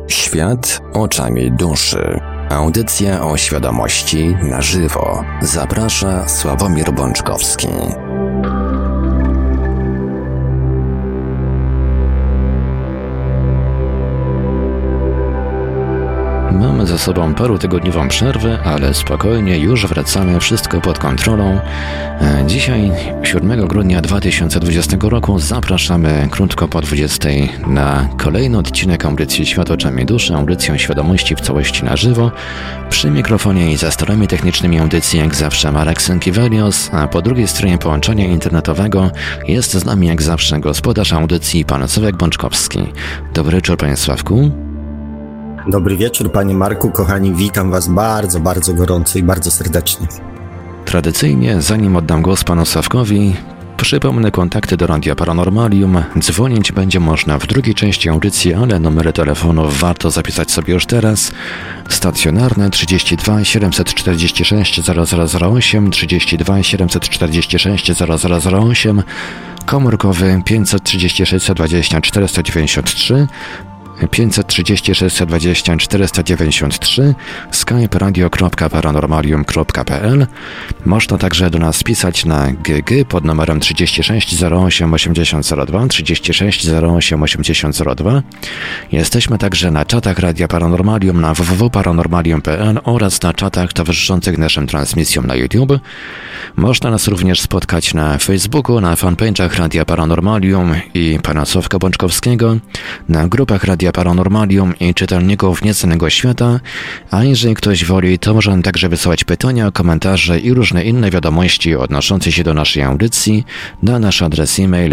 Świat oczami duszy. Audycja o świadomości na żywo. Zaprasza Sławomir Bączkowski. Mamy za sobą parutygodniową przerwę, ale spokojnie, już wracamy, wszystko pod kontrolą. Dzisiaj, 7 grudnia 2020 roku, zapraszamy krótko po 20 na kolejny odcinek audycji Świat oczami duszy, audycją świadomości w całości na żywo. Przy mikrofonie i za sterami technicznymi audycji jak zawsze Marek Sękiewelios, a po drugiej stronie połączenia internetowego jest z nami jak zawsze gospodarz audycji pan Sławek Bączkowski. Dobry wieczór, panie Sławku. Dobry wieczór, panie Marku, kochani, witam was bardzo, bardzo gorąco i bardzo serdecznie. Tradycyjnie, zanim oddam głos panu Sławkowi, przypomnę kontakty do Radia Paranormalium. Dzwonić będzie można w drugiej części audycji, ale numery telefonów warto zapisać sobie już teraz. Stacjonarne 32 746 0008, 32 746 0008, komórkowy 536 20 493, 536 20 493, skype radio.paranormalium.pl. Można także do nas pisać na GG pod numerem 36 08 8002, 36 08 8002. Jesteśmy także na czatach Radia Paranormalium na www.paranormalium.pl oraz na czatach towarzyszących naszym transmisjom na YouTube. Można nas również spotkać na Facebooku, na fanpage'ach Radia Paranormalium i pana Sławka Bączkowskiego, na grupach Radia Paranormalium i czytelników Nieznanego Świata, a jeżeli ktoś woli, to może także wysyłać pytania, komentarze i różne inne wiadomości odnoszące się do naszej audycji na nasz adres e-mail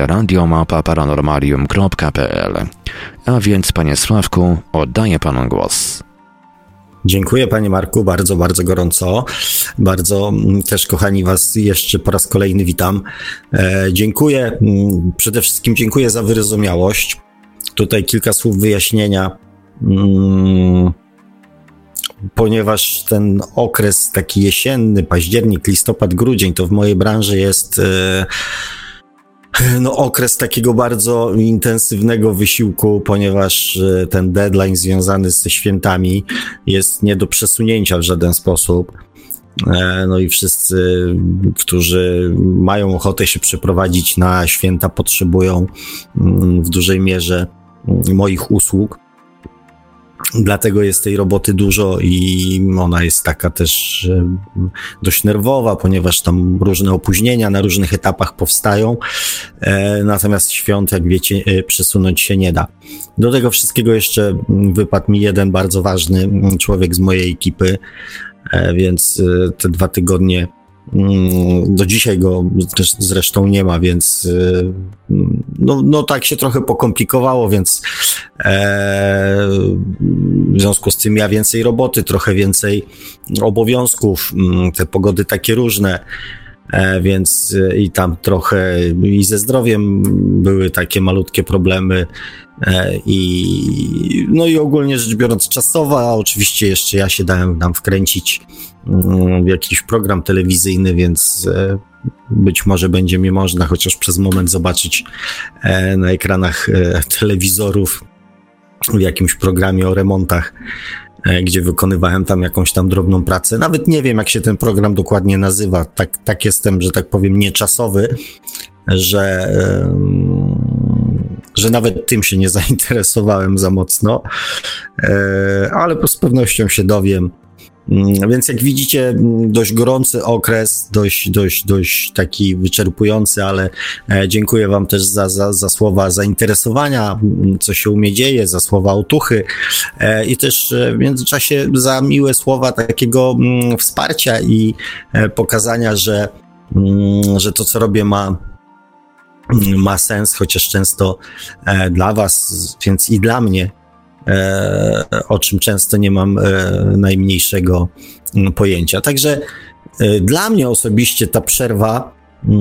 radio@paranormalium.pl. A więc, panie Sławku, oddaję panu głos. Dziękuję, panie Marku, bardzo, bardzo gorąco. Bardzo też, kochani, was jeszcze po raz kolejny witam. Dziękuję, przede wszystkim dziękuję za wyrozumiałość. Tutaj kilka słów wyjaśnienia, ponieważ ten okres taki jesienny, październik, listopad, grudzień, to w mojej branży jest okres takiego bardzo intensywnego wysiłku, ponieważ ten deadline związany ze świętami jest nie do przesunięcia w żaden sposób. No i wszyscy, którzy mają ochotę się przeprowadzić na święta, potrzebują w dużej mierze moich usług. Dlatego jest tej roboty dużo i ona jest taka też dość nerwowa, ponieważ tam różne opóźnienia na różnych etapach powstają, natomiast świąt, jak wiecie, przesunąć się nie da. Do tego wszystkiego jeszcze wypadł mi jeden bardzo ważny człowiek z mojej ekipy, więc te 2 tygodnie, do dzisiaj go też zresztą nie ma, więc no tak się trochę pokomplikowało, więc w związku z tym ja więcej roboty, trochę więcej obowiązków, te pogody takie różne, więc i tam trochę i ze zdrowiem były takie malutkie problemy i ogólnie rzecz biorąc czasowa, a oczywiście jeszcze ja się dałem nam wkręcić w jakiś program telewizyjny, więc być może będzie mnie można chociaż przez moment zobaczyć na ekranach telewizorów w jakimś programie o remontach, gdzie wykonywałem tam jakąś tam drobną pracę. Nawet nie wiem, jak się ten program dokładnie nazywa. Tak jestem, że tak powiem, nieczasowy, że nawet tym się nie zainteresowałem za mocno, ale z pewnością się dowiem. Więc jak widzicie, dość gorący okres, dość taki wyczerpujący, ale dziękuję wam też za słowa zainteresowania, co się u mnie dzieje, za słowa otuchy i też w międzyczasie za miłe słowa takiego wsparcia i pokazania, że to, co robię, ma sens, chociaż często dla was, więc i dla mnie, o czym często nie mam najmniejszego pojęcia. Także dla mnie osobiście ta przerwa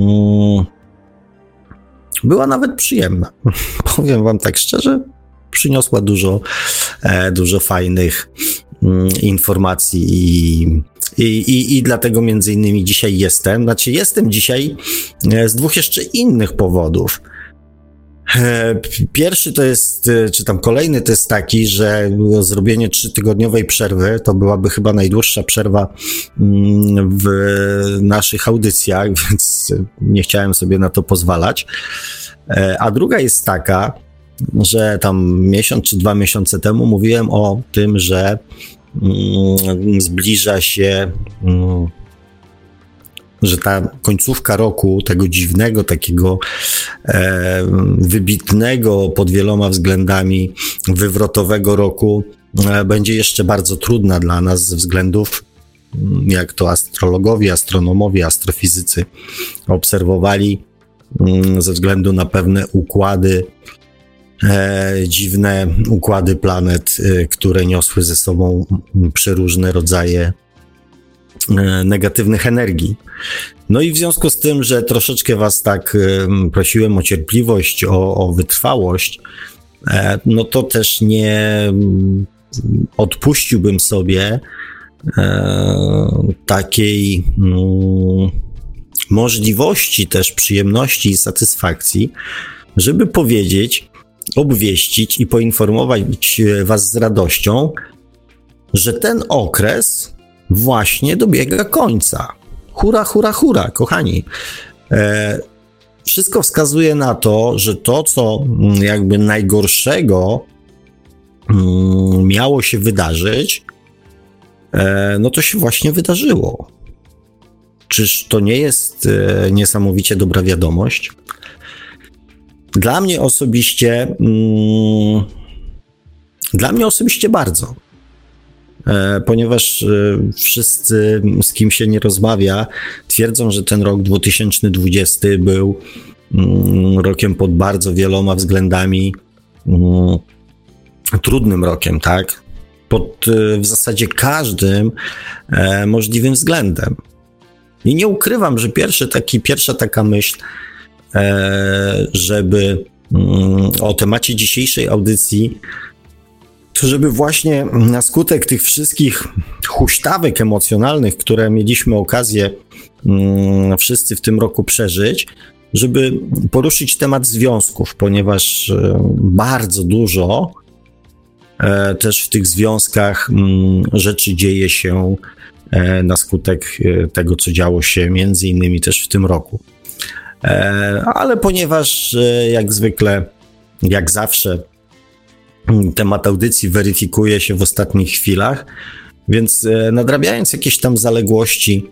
była nawet przyjemna. Powiem wam tak szczerze, przyniosła dużo fajnych informacji i dlatego między innymi dzisiaj jestem. Jestem dzisiaj z 2 jeszcze innych powodów. Pierwszy to jest, czy tam kolejny to jest taki, że zrobienie 3-tygodniowej przerwy to byłaby chyba najdłuższa przerwa w naszych audycjach, więc nie chciałem sobie na to pozwalać. A druga jest taka, że tam miesiąc czy 2 miesiące temu mówiłem o tym, że zbliża się, że ta końcówka roku, tego dziwnego, takiego wybitnego pod wieloma względami wywrotowego roku będzie jeszcze bardzo trudna dla nas ze względów, jak to astrologowie, astronomowie, astrofizycy obserwowali, ze względu na pewne układy, dziwne układy planet, które niosły ze sobą przeróżne rodzaje negatywnych energii. No i w związku z tym, że troszeczkę was tak prosiłem o cierpliwość, o wytrwałość, no to też nie odpuściłbym sobie takiej możliwości, też przyjemności i satysfakcji, żeby powiedzieć, obwieścić i poinformować was z radością, że ten okres właśnie dobiega końca. Hura, hura, hura, kochani. Wszystko wskazuje na to, że to, co jakby najgorszego miało się wydarzyć, no to się właśnie wydarzyło. Czyż to nie jest niesamowicie dobra wiadomość? Dla mnie osobiście bardzo. Ponieważ wszyscy, z kim się nie rozmawia, twierdzą, że ten rok 2020 był rokiem pod bardzo wieloma względami trudnym rokiem, tak? Pod w zasadzie każdym możliwym względem. I nie ukrywam, że pierwsza taka myśl, żeby o temacie dzisiejszej audycji, to żeby właśnie na skutek tych wszystkich huśtawek emocjonalnych, które mieliśmy okazję wszyscy w tym roku przeżyć, żeby poruszyć temat związków, ponieważ bardzo dużo też w tych związkach rzeczy dzieje się na skutek tego, co działo się między innymi też w tym roku. Ale ponieważ jak zwykle, jak zawsze, temat audycji weryfikuje się w ostatnich chwilach, więc nadrabiając jakieś tam zaległości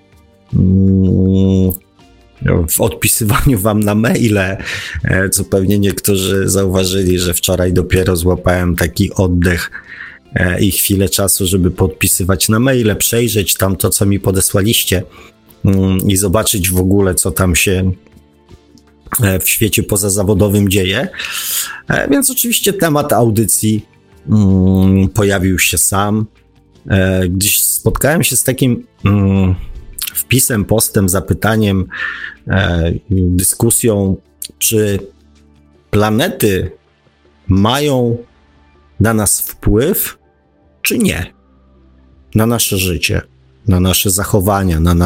w odpisywaniu wam na maile, co pewnie niektórzy zauważyli, że wczoraj dopiero złapałem taki oddech i chwilę czasu, żeby podpisywać na maile, przejrzeć tam to, co mi podesłaliście i zobaczyć w ogóle, co tam się w świecie pozazawodowym dzieje. Więc oczywiście temat audycji pojawił się sam, gdyż spotkałem się z takim wpisem, postem, zapytaniem, dyskusją, czy planety mają na nas wpływ, czy nie? Na nasze życie, na nasze zachowania, na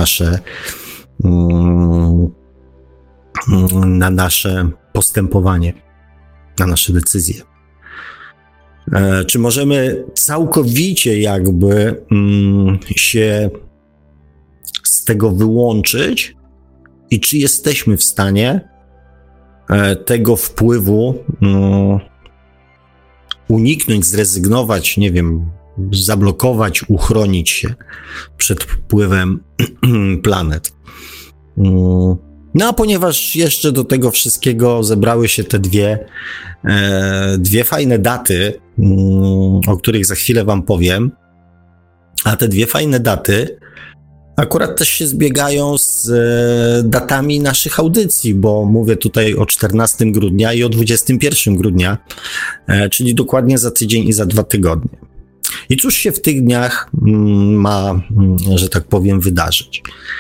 nasze postępowanie, na nasze decyzje. Czy możemy całkowicie jakby się z tego wyłączyć i czy jesteśmy w stanie tego wpływu uniknąć, zrezygnować, nie wiem, zablokować, uchronić się przed wpływem planet. No a ponieważ jeszcze do tego wszystkiego zebrały się te dwie fajne daty, o których za chwilę wam powiem, a te dwie fajne daty akurat też się zbiegają z datami naszych audycji, bo mówię tutaj o 14 grudnia i o 21 grudnia, czyli dokładnie za tydzień i za 2 tygodnie. I cóż się w tych dniach ma, że tak powiem, wydarzyć?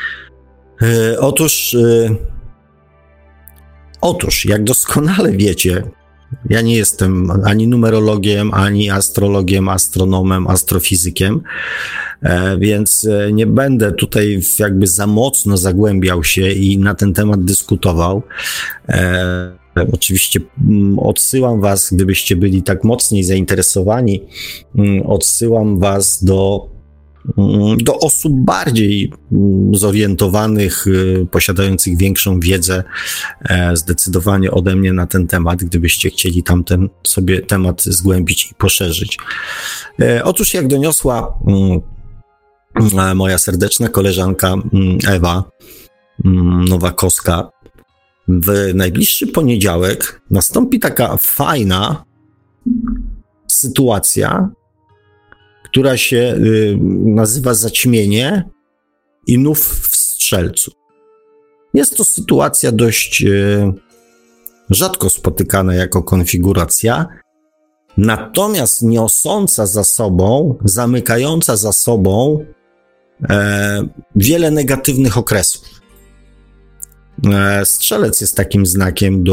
Otóż, jak doskonale wiecie, ja nie jestem ani numerologiem, ani astrologiem, astronomem, astrofizykiem, więc nie będę tutaj jakby za mocno zagłębiał się i na ten temat dyskutował. Oczywiście odsyłam was, gdybyście byli tak mocniej zainteresowani, odsyłam was do osób bardziej zorientowanych, posiadających większą wiedzę zdecydowanie ode mnie na ten temat, gdybyście chcieli tamten sobie temat zgłębić i poszerzyć. Otóż jak doniosła moja serdeczna koleżanka Ewa Nowakowska, w najbliższy poniedziałek nastąpi taka fajna sytuacja, która się nazywa zaćmienie Inów w Strzelcu. Jest to sytuacja dość rzadko spotykana jako konfiguracja, natomiast niosąca za sobą, zamykająca za sobą wiele negatywnych okresów. Strzelec jest takim znakiem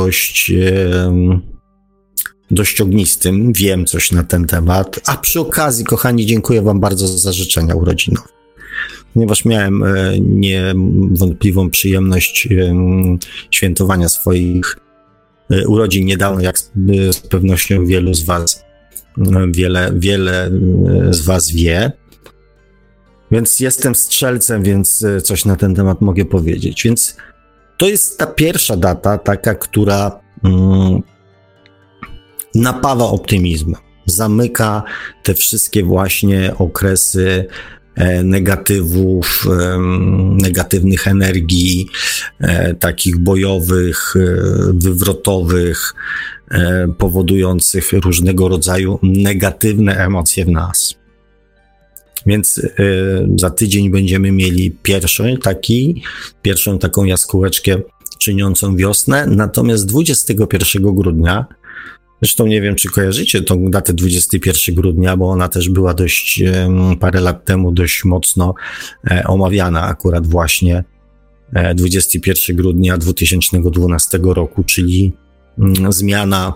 dość ognistym, wiem coś na ten temat, a przy okazji, kochani, dziękuję wam bardzo za życzenia urodzinowe, ponieważ miałem niewątpliwą przyjemność świętowania swoich urodzin niedawno, jak z pewnością wiele z was wie, więc jestem strzelcem, więc coś na ten temat mogę powiedzieć, więc to jest ta pierwsza data, taka, która napawa optymizmem, zamyka te wszystkie właśnie okresy negatywów, negatywnych energii, takich bojowych, wywrotowych, powodujących różnego rodzaju negatywne emocje w nas. Więc za tydzień będziemy mieli pierwszą taką jaskółeczkę czyniącą wiosnę, natomiast 21 grudnia, zresztą nie wiem, czy kojarzycie tą datę 21 grudnia, bo ona też była dość parę lat temu dość mocno omawiana, akurat właśnie 21 grudnia 2012 roku, czyli zmiana,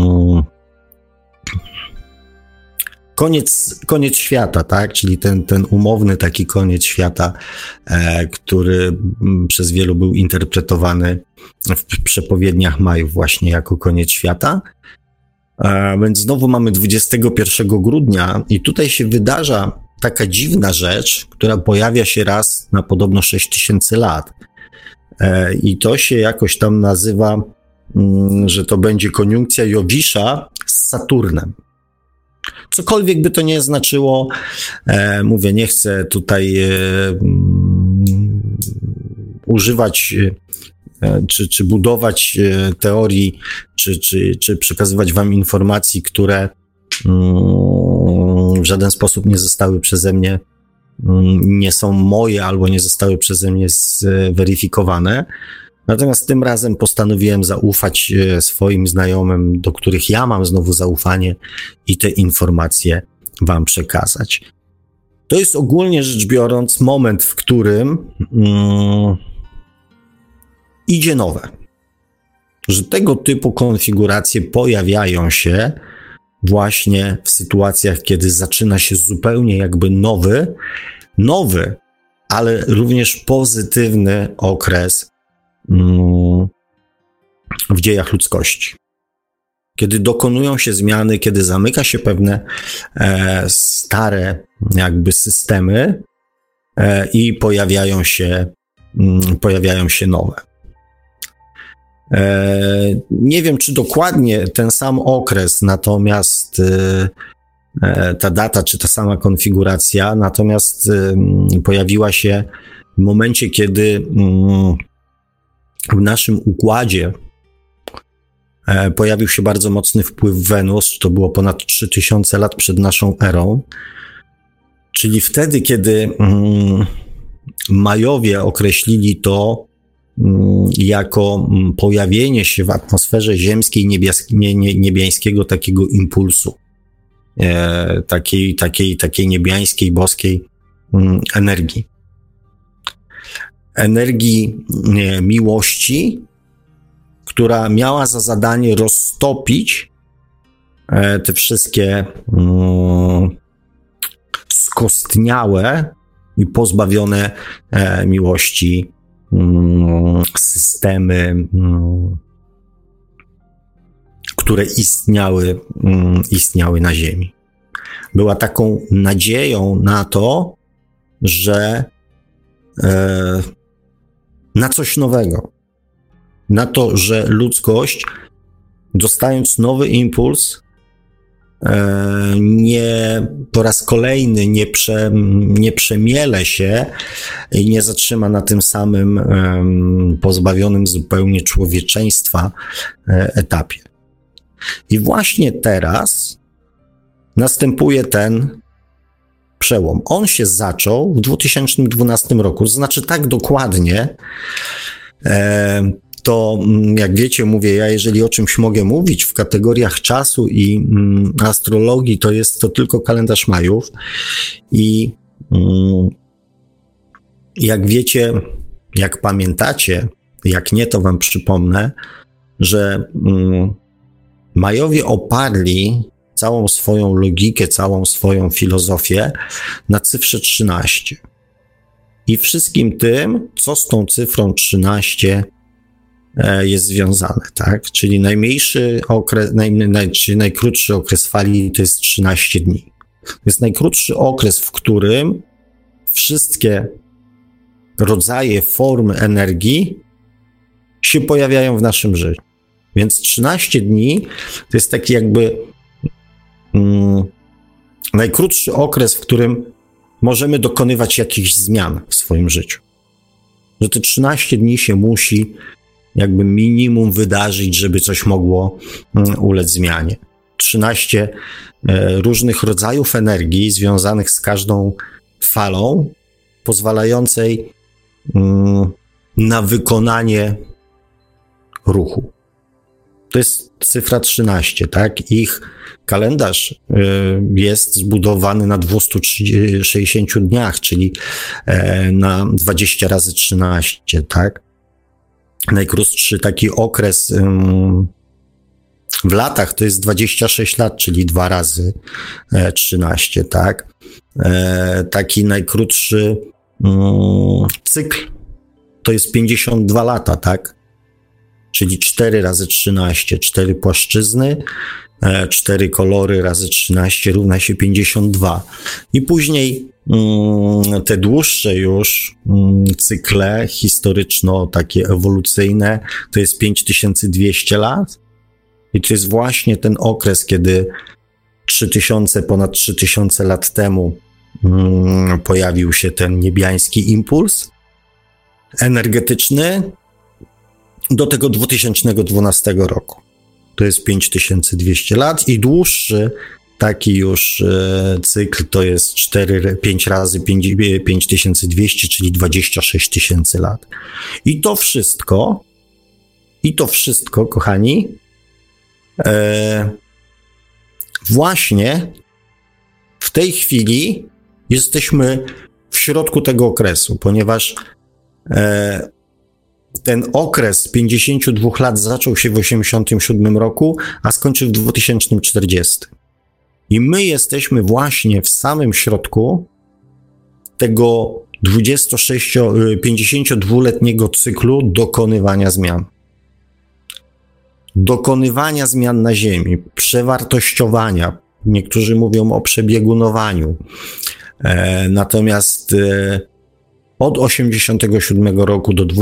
koniec świata, tak? Czyli ten umowny taki koniec świata, który przez wielu był interpretowany w przepowiedniach Majów właśnie jako koniec świata. Więc znowu mamy 21 grudnia i tutaj się wydarza taka dziwna rzecz, która pojawia się raz na podobno 6000 lat. I to się jakoś tam nazywa, że to będzie koniunkcja Jowisza z Saturnem. Cokolwiek by to nie znaczyło, mówię, nie chcę tutaj używać czy budować teorii, czy przekazywać wam informacji, które w żaden sposób nie zostały przeze mnie, nie są moje albo nie zostały przeze mnie zweryfikowane. Natomiast tym razem postanowiłem zaufać swoim znajomym, do których ja mam znowu zaufanie i te informacje wam przekazać. To jest ogólnie rzecz biorąc moment, w którym idzie nowe. Że tego typu konfiguracje pojawiają się właśnie w sytuacjach, kiedy zaczyna się zupełnie jakby nowy, ale również pozytywny okres w dziejach ludzkości. Kiedy dokonują się zmiany, kiedy zamyka się pewne stare jakby systemy i pojawiają się nowe. Nie wiem, czy dokładnie ten sam okres, natomiast ta data, czy ta sama konfiguracja, natomiast pojawiła się w momencie, kiedy w naszym układzie pojawił się bardzo mocny wpływ Wenus, to było ponad 3000 lat przed naszą erą, czyli wtedy, kiedy Majowie określili to jako pojawienie się w atmosferze ziemskiej niebiańskiego takiego impulsu, takiej niebiańskiej, boskiej energii miłości, która miała za zadanie roztopić te wszystkie skostniałe i pozbawione miłości systemy które istniały na Ziemi. Była taką nadzieją na to, że na coś nowego, na to, że ludzkość, dostając nowy impuls, po raz kolejny nie przemiele się i nie zatrzyma na tym samym pozbawionym zupełnie człowieczeństwa etapie. I właśnie teraz następuje ten przełom. On się zaczął w 2012 roku, to znaczy tak dokładnie, to jak wiecie, mówię, ja jeżeli o czymś mogę mówić w kategoriach czasu i astrologii, to jest to tylko kalendarz Majów i jak wiecie, jak pamiętacie, jak nie, to wam przypomnę, że Majowie oparli całą swoją logikę, całą swoją filozofię na cyfrze 13 i wszystkim tym, co z tą cyfrą 13 jest związane, tak? Czyli najmniejszy okres, czyli najkrótszy okres fali to jest 13 dni. To jest najkrótszy okres, w którym wszystkie rodzaje formy energii się pojawiają w naszym życiu. Więc 13 dni to jest taki jakby najkrótszy okres, w którym możemy dokonywać jakichś zmian w swoim życiu. Że te 13 dni się musi jakby minimum wydarzyć, żeby coś mogło ulec zmianie. 13 różnych rodzajów energii związanych z każdą falą, pozwalającej na wykonanie ruchu. To jest cyfra 13, tak? Ich kalendarz jest zbudowany na 260 dniach, czyli na 20 razy 13, tak? Najkrótszy taki okres w latach to jest 26 lat, czyli 2 razy 13, tak? Taki najkrótszy cykl to jest 52 lata, tak? Czyli 4 razy 13, 4 płaszczyzny, 4 kolory razy 13 równa się 52. I później te dłuższe już cykle historyczno, takie ewolucyjne, to jest 5200 lat. I to jest właśnie ten okres, kiedy ponad 3000 lat temu pojawił się ten niebiański impuls energetyczny do tego 2012 roku. To jest 5200 lat i dłuższy taki już cykl to jest 5 razy 5200, czyli 26 000 lat. I to wszystko, kochani, właśnie w tej chwili jesteśmy w środku tego okresu, ponieważ ten okres 52 lat zaczął się w 1987 roku, a skończył w 2040. I my jesteśmy właśnie w samym środku tego 52-letniego cyklu dokonywania zmian. Dokonywania zmian na Ziemi, przewartościowania. Niektórzy mówią o przebiegunowaniu. Natomiast od 1987 roku do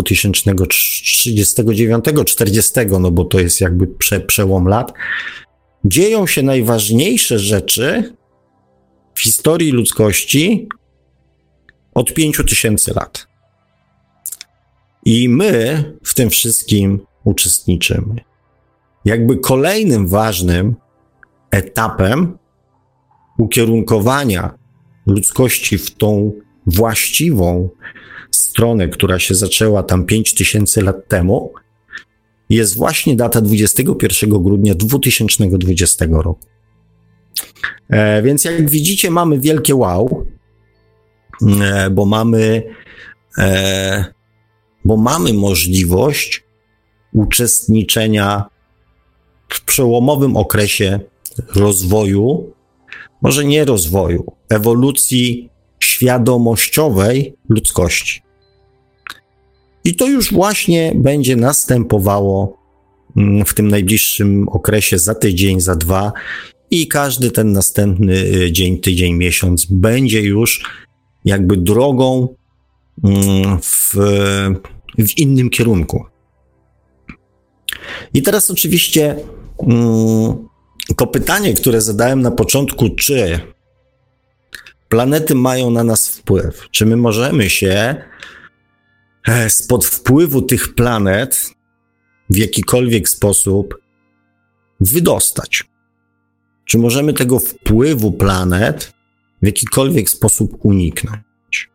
2039-40, no bo to jest jakby przełom lat, dzieją się najważniejsze rzeczy w historii ludzkości od 5000 lat. I my w tym wszystkim uczestniczymy. Jakby kolejnym ważnym etapem ukierunkowania ludzkości w tą właściwą stronę, która się zaczęła tam 5000 lat temu, jest właśnie data 21 grudnia 2020 roku. Więc jak widzicie, mamy wielkie wow, bo mamy możliwość uczestniczenia w przełomowym okresie rozwoju, może nie rozwoju, ewolucji świadomościowej ludzkości. I to już właśnie będzie następowało w tym najbliższym okresie, za tydzień, za 2 i każdy ten następny dzień, tydzień, miesiąc będzie już jakby drogą w innym kierunku. I teraz oczywiście to pytanie, które zadałem na początku, czy planety mają na nas wpływ? Czy my możemy się spod wpływu tych planet w jakikolwiek sposób wydostać? Czy możemy tego wpływu planet w jakikolwiek sposób uniknąć?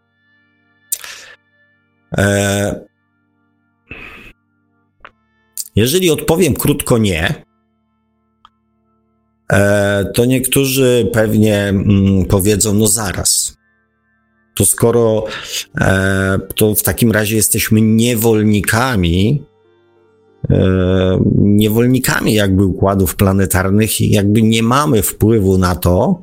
Jeżeli odpowiem krótko nie, to niektórzy pewnie powiedzą, no zaraz, to skoro to w takim razie jesteśmy niewolnikami jakby układów planetarnych i jakby nie mamy wpływu na to,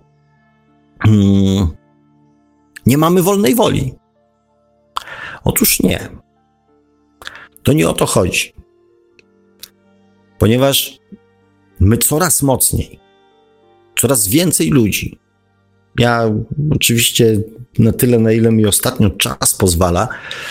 nie mamy wolnej woli. Otóż nie. To nie o to chodzi. Ponieważ my coraz mocniej, coraz więcej ludzi, ja oczywiście na tyle, na ile mi ostatnio czas pozwala,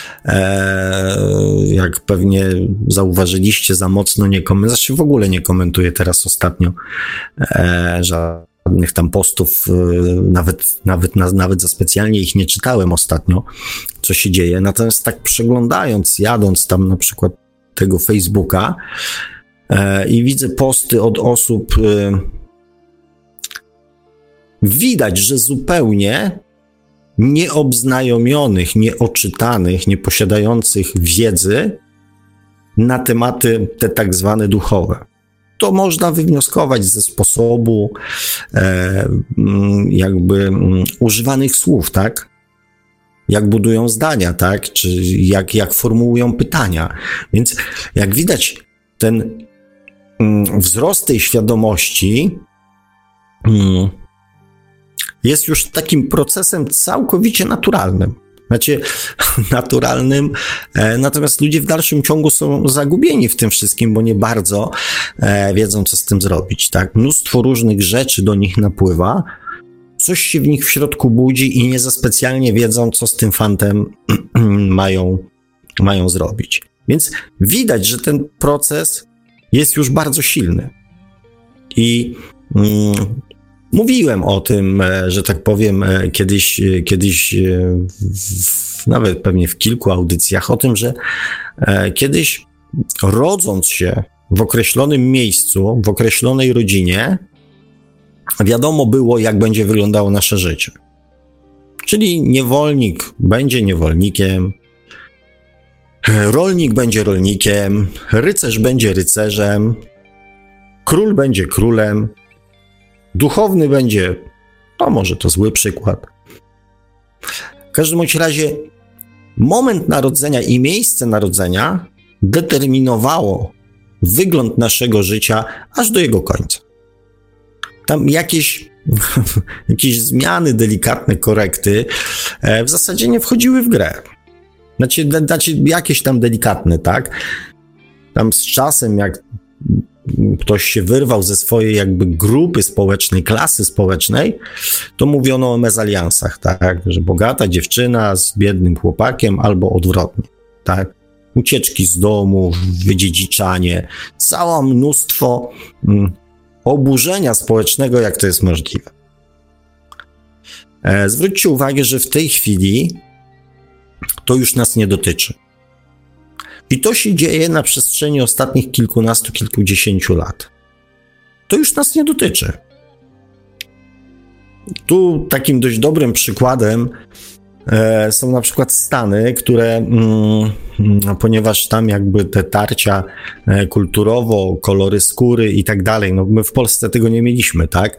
jak pewnie zauważyliście, za mocno nie komentuję, znaczy w ogóle nie komentuję teraz ostatnio żadnych tam postów, nawet za specjalnie ich nie czytałem ostatnio, co się dzieje. Natomiast tak przeglądając, jadąc tam na przykład tego Facebooka i widzę posty od osób, widać, że zupełnie nieobznajomionych, nieoczytanych, nieposiadających wiedzy na tematy te tak zwane duchowe. To można wywnioskować ze sposobu jakby używanych słów, tak? Jak budują zdania, tak? Czy jak formułują pytania. Więc jak widać, ten wzrost tej świadomości jest już takim procesem całkowicie naturalnym. Znaczy, naturalnym, natomiast ludzie w dalszym ciągu są zagubieni w tym wszystkim, bo nie bardzo wiedzą, co z tym zrobić, tak? Mnóstwo różnych rzeczy do nich napływa, coś się w nich w środku budzi i nie za specjalnie wiedzą, co z tym fantem mają zrobić. Więc widać, że ten proces jest już bardzo silny. I mówiłem o tym, że tak powiem, kiedyś nawet pewnie w kilku audycjach, o tym, że kiedyś rodząc się w określonym miejscu, w określonej rodzinie, wiadomo było, jak będzie wyglądało nasze życie. Czyli niewolnik będzie niewolnikiem, rolnik będzie rolnikiem, rycerz będzie rycerzem, król będzie królem, duchowny będzie, no może to zły przykład. W każdym bądź razie moment narodzenia i miejsce narodzenia determinowało wygląd naszego życia aż do jego końca. Tam jakieś zmiany, delikatne korekty w zasadzie nie wchodziły w grę. Znaczy jakieś tam delikatne, tak? Tam z czasem, jak ktoś się wyrwał ze swojej jakby grupy społecznej, klasy społecznej, to mówiono o mezaliansach, tak? Że bogata dziewczyna z biednym chłopakiem albo odwrotnie, tak? Ucieczki z domu, wydziedziczanie, całe mnóstwo oburzenia społecznego, jak to jest możliwe. Zwróćcie uwagę, że w tej chwili to już nas nie dotyczy. I to się dzieje na przestrzeni ostatnich kilkunastu, kilkudziesięciu lat. To już nas nie dotyczy. Tu takim dość dobrym przykładem są na przykład Stany, które, ponieważ tam jakby te tarcia kulturowo, kolory skóry i tak dalej, no my w Polsce tego nie mieliśmy, tak?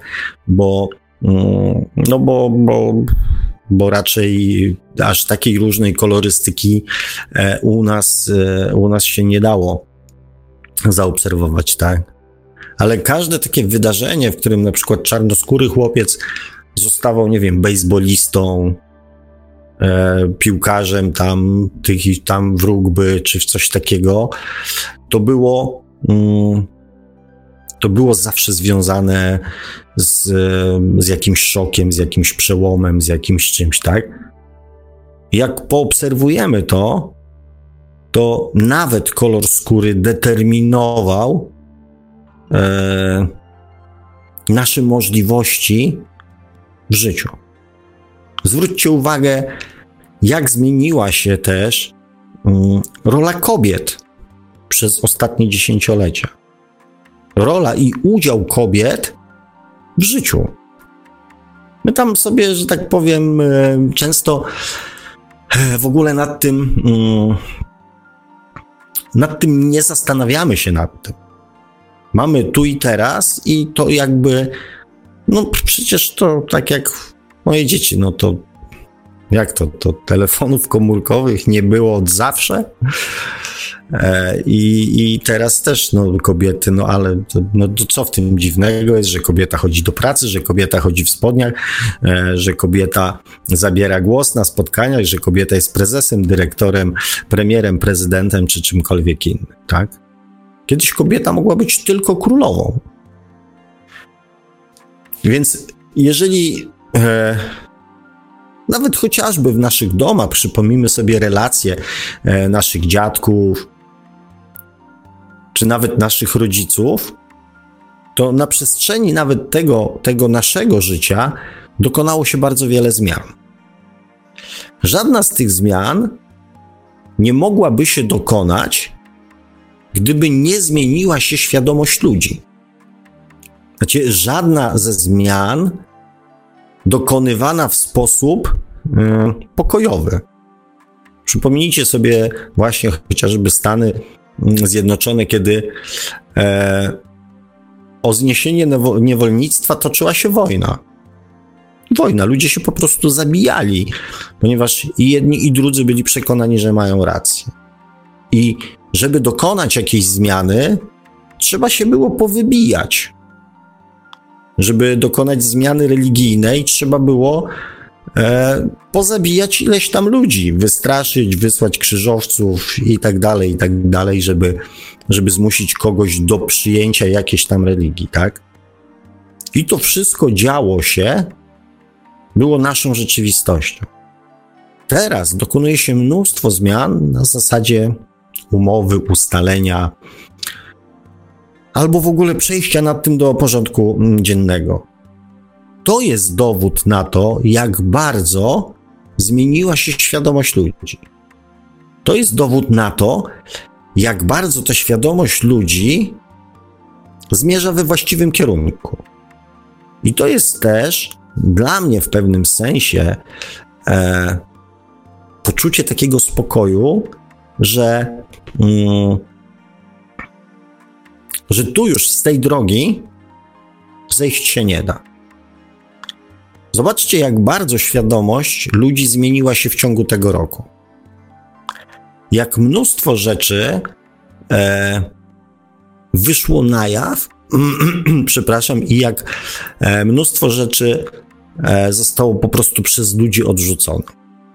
Bo raczej aż takiej różnej kolorystyki u nas się nie dało zaobserwować, tak? Ale każde takie wydarzenie, w którym na przykład czarnoskóry chłopiec zostawał, nie wiem, bejsbolistą, piłkarzem tam w rugby, czy w coś takiego, to było to było zawsze związane z jakimś szokiem, z jakimś przełomem, z jakimś czymś, tak? Jak poobserwujemy to nawet kolor skóry determinował nasze możliwości w życiu. Zwróćcie uwagę, jak zmieniła się też rola kobiet przez ostatnie dziesięciolecia. Rola i udział kobiet w życiu. My tam sobie, że tak powiem, często w ogóle nad tym nie zastanawiamy się nad tym. Mamy tu i teraz i to jakby, no przecież to tak jak moje dzieci, no to jak to telefonów komórkowych nie było od zawsze i teraz też, no kobiety, no ale to co w tym dziwnego jest, że kobieta chodzi do pracy, że kobieta chodzi w spodniach, że kobieta zabiera głos na spotkaniach, że kobieta jest prezesem, dyrektorem, premierem, prezydentem czy czymkolwiek innym, tak? Kiedyś kobieta mogła być tylko królową. Więc jeżeli nawet chociażby w naszych domach przypomnimy sobie relacje naszych dziadków, czy nawet naszych rodziców, to na przestrzeni nawet tego naszego życia dokonało się bardzo wiele zmian. Żadna z tych zmian nie mogłaby się dokonać, gdyby nie zmieniła się świadomość ludzi. Znaczy, żadna ze zmian dokonywana w sposób pokojowy. Przypomnijcie sobie właśnie chociażby Stany Zjednoczone, kiedy o zniesienie niewolnictwa toczyła się wojna. Ludzie się po prostu zabijali, ponieważ i jedni i drudzy byli przekonani, że mają rację. I żeby dokonać jakiejś zmiany, trzeba się było powybijać. Żeby dokonać zmiany religijnej, trzeba było pozabijać ileś tam ludzi, wystraszyć, wysłać krzyżowców i tak dalej, żeby zmusić kogoś do przyjęcia jakiejś tam religii, tak? I to wszystko działo się, było naszą rzeczywistością. Teraz dokonuje się mnóstwo zmian na zasadzie umowy, ustalenia, albo w ogóle przejścia nad tym do porządku dziennego. To jest dowód na to, jak bardzo zmieniła się świadomość ludzi. To jest dowód na to, jak bardzo ta świadomość ludzi zmierza we właściwym kierunku. I to jest też dla mnie w pewnym sensie poczucie takiego spokoju, że tu już z tej drogi zejść się nie da. Zobaczcie, jak bardzo świadomość ludzi zmieniła się w ciągu tego roku. Jak mnóstwo rzeczy wyszło na jaw, przepraszam, i jak mnóstwo rzeczy zostało po prostu przez ludzi odrzucone.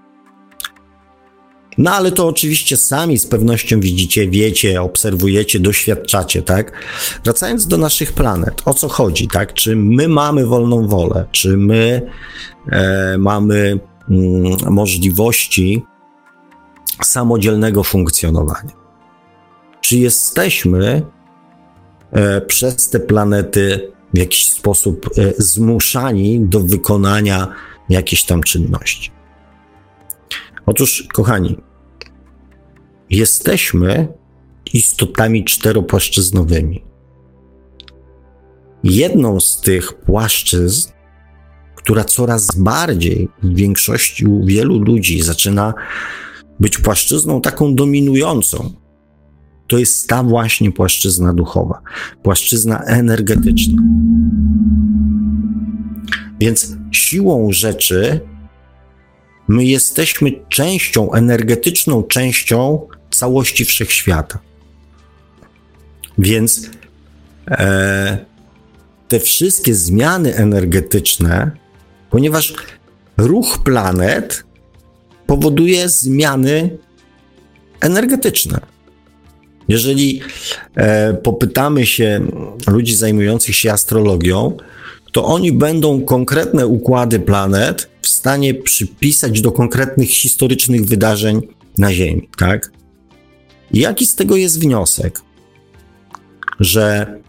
No ale to oczywiście sami z pewnością widzicie, wiecie, obserwujecie, doświadczacie, tak? Wracając do naszych planet, o co chodzi, tak? Czy my mamy wolną wolę? Czy my mamy możliwości samodzielnego funkcjonowania? Czy jesteśmy przez te planety w jakiś sposób zmuszani do wykonania jakiejś tam czynności? Otóż, kochani, jesteśmy istotami czteropłaszczyznowymi. Jedną z tych płaszczyzn, która coraz bardziej w większości u wielu ludzi zaczyna być płaszczyzną taką dominującą, to jest ta właśnie płaszczyzna duchowa, płaszczyzna energetyczna. Więc siłą rzeczy my jesteśmy częścią, energetyczną częścią całości wszechświata. Więc te wszystkie zmiany energetyczne, ponieważ ruch planet powoduje zmiany energetyczne. Jeżeli popytamy się ludzi zajmujących się astrologią, to oni będą konkretne układy planet w stanie przypisać do konkretnych historycznych wydarzeń na Ziemi, tak? I jaki z tego jest wniosek? Że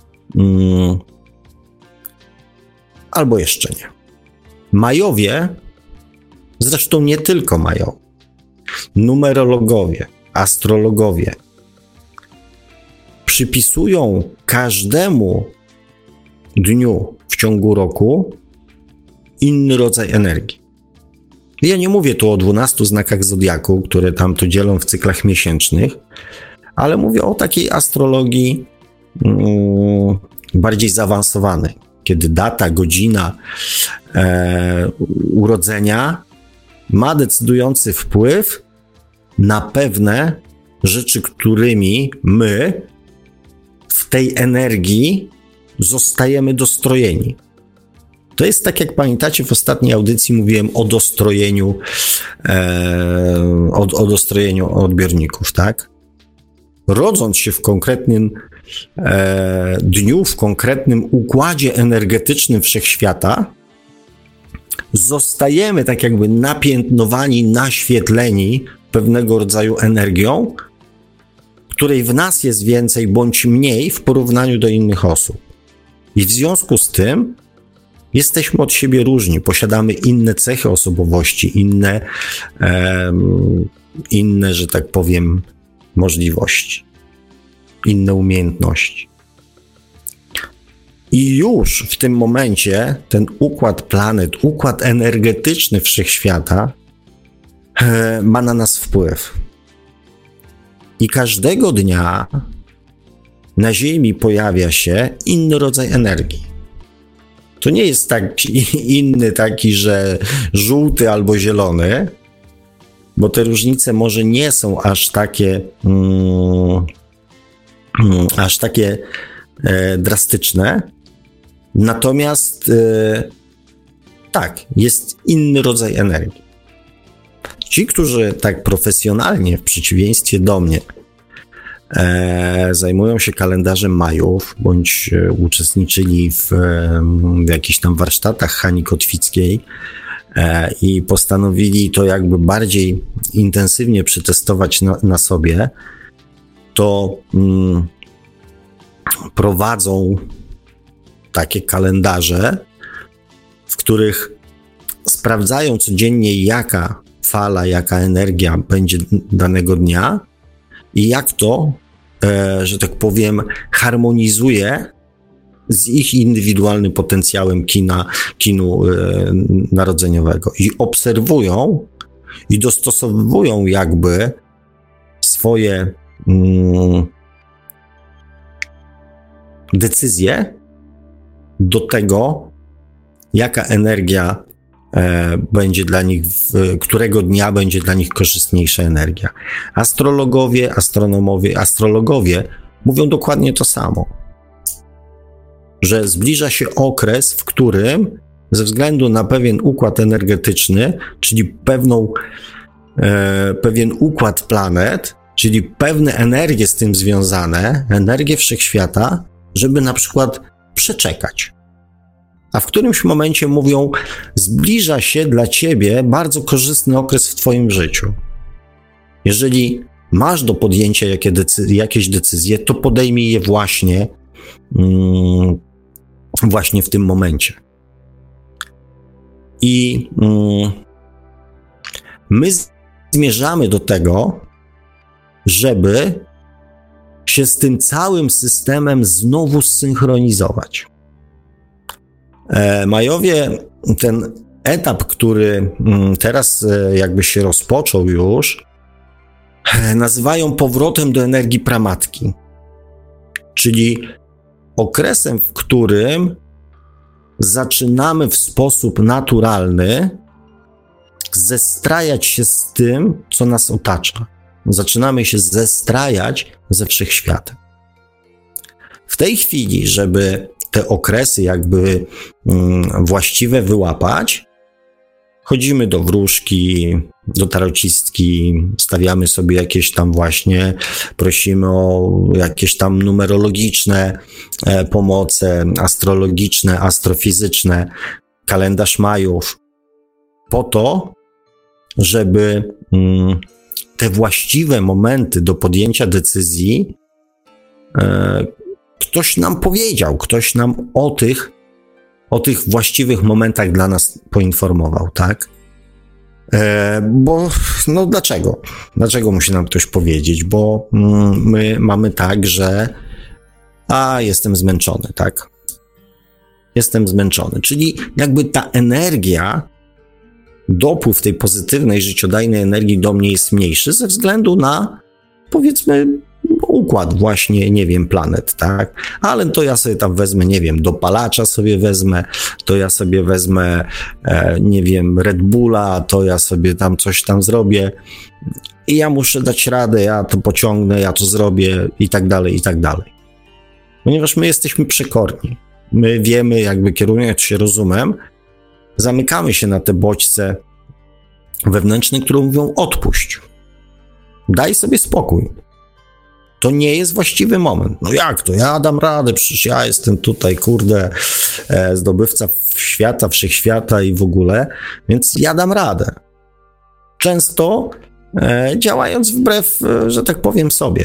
albo jeszcze nie. Majowie, zresztą nie tylko Majowie, numerologowie, astrologowie przypisują każdemu dniu w ciągu roku inny rodzaj energii. Ja nie mówię tu o 12 znakach zodiaku, które tam to dzielą w cyklach miesięcznych, ale mówię o takiej astrologii bardziej zaawansowanej, kiedy data, godzina urodzenia ma decydujący wpływ na pewne rzeczy, którymi my w tej energii zostajemy dostrojeni. To jest tak, jak pamiętacie, w ostatniej audycji mówiłem o dostrojeniu, o dostrojeniu odbiorników, tak? Rodząc się w konkretnym dniu, w konkretnym układzie energetycznym wszechświata, zostajemy tak jakby napiętnowani, naświetleni pewnego rodzaju energią, której w nas jest więcej bądź mniej w porównaniu do innych osób. I w związku z tym jesteśmy od siebie różni, posiadamy inne cechy osobowości, inne, że tak powiem, możliwości, inne umiejętności. I już w tym momencie ten układ planet, układ energetyczny wszechświata ma na nas wpływ. I każdego dnia na Ziemi pojawia się inny rodzaj energii. To nie jest inny taki, że żółty albo zielony, bo te różnice może nie są aż takie drastyczne. Natomiast tak, jest inny rodzaj energii. Ci, którzy tak profesjonalnie, w przeciwieństwie do mnie, zajmują się kalendarzem Majów, bądź uczestniczyli w jakichś tam warsztatach Hani Kotwickiej i postanowili to jakby bardziej intensywnie przetestować na sobie, to prowadzą takie kalendarze, w których sprawdzają codziennie, jaka fala, jaka energia będzie danego dnia i jak to, że tak powiem, harmonizuje z ich indywidualnym potencjałem kinu narodzeniowego. I obserwują i dostosowują jakby swoje decyzje do tego, jaka energia będzie dla nich, którego dnia będzie dla nich korzystniejsza energia. Astrologowie, astrologowie mówią dokładnie to samo, że zbliża się okres, w którym ze względu na pewien układ energetyczny, czyli pewien układ planet, czyli pewne energie z tym związane, energie wszechświata, żeby na przykład przeczekać. A w którymś momencie mówią, zbliża się dla ciebie bardzo korzystny okres w twoim życiu. Jeżeli masz do podjęcia jakieś decyzje, to podejmij je właśnie w tym momencie. I my zmierzamy do tego, żeby się z tym całym systemem znowu zsynchronizować. Majowie ten etap, który teraz jakby się rozpoczął już, nazywają powrotem do energii pramatki, czyli okresem, w którym zaczynamy w sposób naturalny zestrajać się z tym, co nas otacza. Zaczynamy się zestrajać ze wszechświatem. W tej chwili, żeby te okresy jakby właściwe wyłapać, chodzimy do wróżki, do tarocistki, stawiamy sobie jakieś tam właśnie, prosimy o jakieś tam numerologiczne pomoce, astrologiczne, astrofizyczne, kalendarz Majów, po to, żeby te właściwe momenty do podjęcia decyzji ktoś nam powiedział, ktoś nam o tych właściwych momentach dla nas poinformował, tak? Bo, no dlaczego? Dlaczego musi nam ktoś powiedzieć? Bo my mamy tak, że jestem zmęczony, tak? Jestem zmęczony, czyli jakby ta energia, dopływ tej pozytywnej, życiodajnej energii do mnie jest mniejszy ze względu na, powiedzmy, układ właśnie, nie wiem, planet, tak? Ale to ja sobie tam wezmę, nie wiem, dopalacza sobie wezmę, to ja sobie wezmę, nie wiem, Red Bulla, to ja sobie tam coś tam zrobię i ja muszę dać radę, ja to pociągnę, ja to zrobię i tak dalej, i tak dalej. Ponieważ my jesteśmy przekorni. My wiemy, jakby kierując się rozumem, zamykamy się na te bodźce wewnętrzne, które mówią odpuść. Daj sobie spokój. To nie jest właściwy moment. No jak to? Ja dam radę, przecież ja jestem tutaj, kurde, zdobywca świata, wszechświata i w ogóle, więc ja dam radę. Często działając wbrew, że tak powiem, sobie.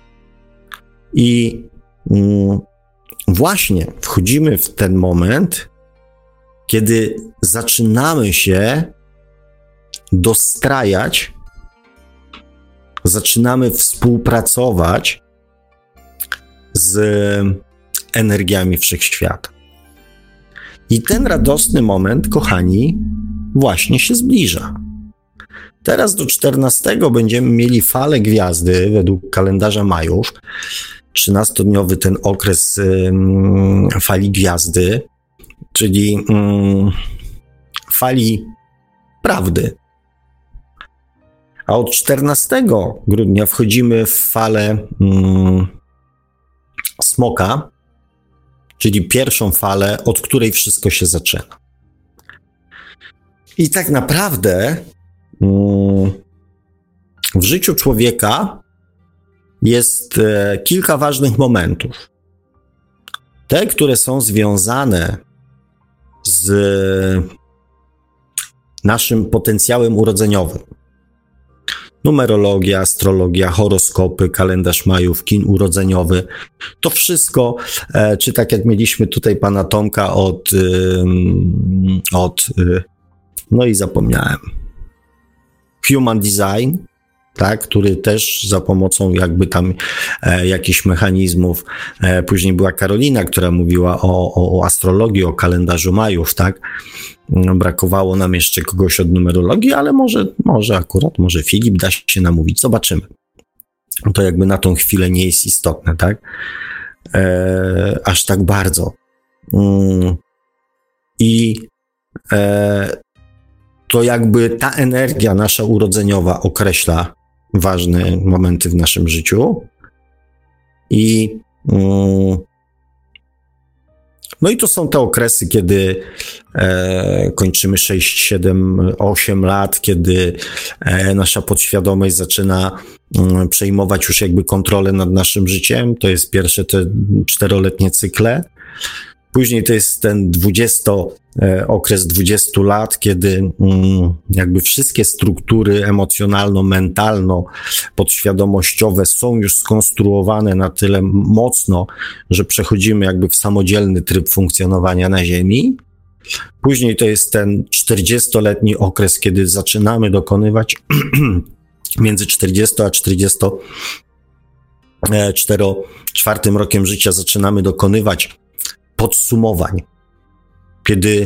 I właśnie wchodzimy w ten moment, kiedy zaczynamy się dostrajać, zaczynamy współpracować z energiami wszechświata. I ten radosny moment, kochani, właśnie się zbliża. Teraz do 14 będziemy mieli falę gwiazdy według kalendarza Majów, 13-dniowy ten okres fali gwiazdy, czyli fali prawdy. A od 14 grudnia wchodzimy w falę smoka, czyli pierwszą falę, od której wszystko się zaczyna. I tak naprawdę w życiu człowieka jest kilka ważnych momentów. Te, które są związane z naszym potencjałem urodzeniowym. Numerologia, astrologia, horoskopy, kalendarz Majów, kin urodzeniowy. To wszystko, czy tak jak mieliśmy tutaj pana Tomka no i zapomniałem, Human Design, tak, który też za pomocą jakby tam jakichś mechanizmów, później była Karolina, która mówiła o astrologii, o kalendarzu Majów, tak. Brakowało nam jeszcze kogoś od numerologii, ale może Filip da się namówić, zobaczymy. To jakby na tą chwilę nie jest istotne, tak? Aż tak bardzo. To jakby ta energia nasza urodzeniowa określa ważne momenty w naszym życiu no i to są te okresy, kiedy kończymy 6, 7, 8 lat, kiedy nasza podświadomość zaczyna przejmować już jakby kontrolę nad naszym życiem. To jest pierwsze te 4-letnie cykle. Później to jest ten okres 20 lat, kiedy jakby wszystkie struktury emocjonalno-mentalno-podświadomościowe są już skonstruowane na tyle mocno, że przechodzimy jakby w samodzielny tryb funkcjonowania na Ziemi. Później to jest ten 40-letni okres, kiedy zaczynamy dokonywać między 40 a 44 rokiem życia zaczynamy dokonywać podsumowań, kiedy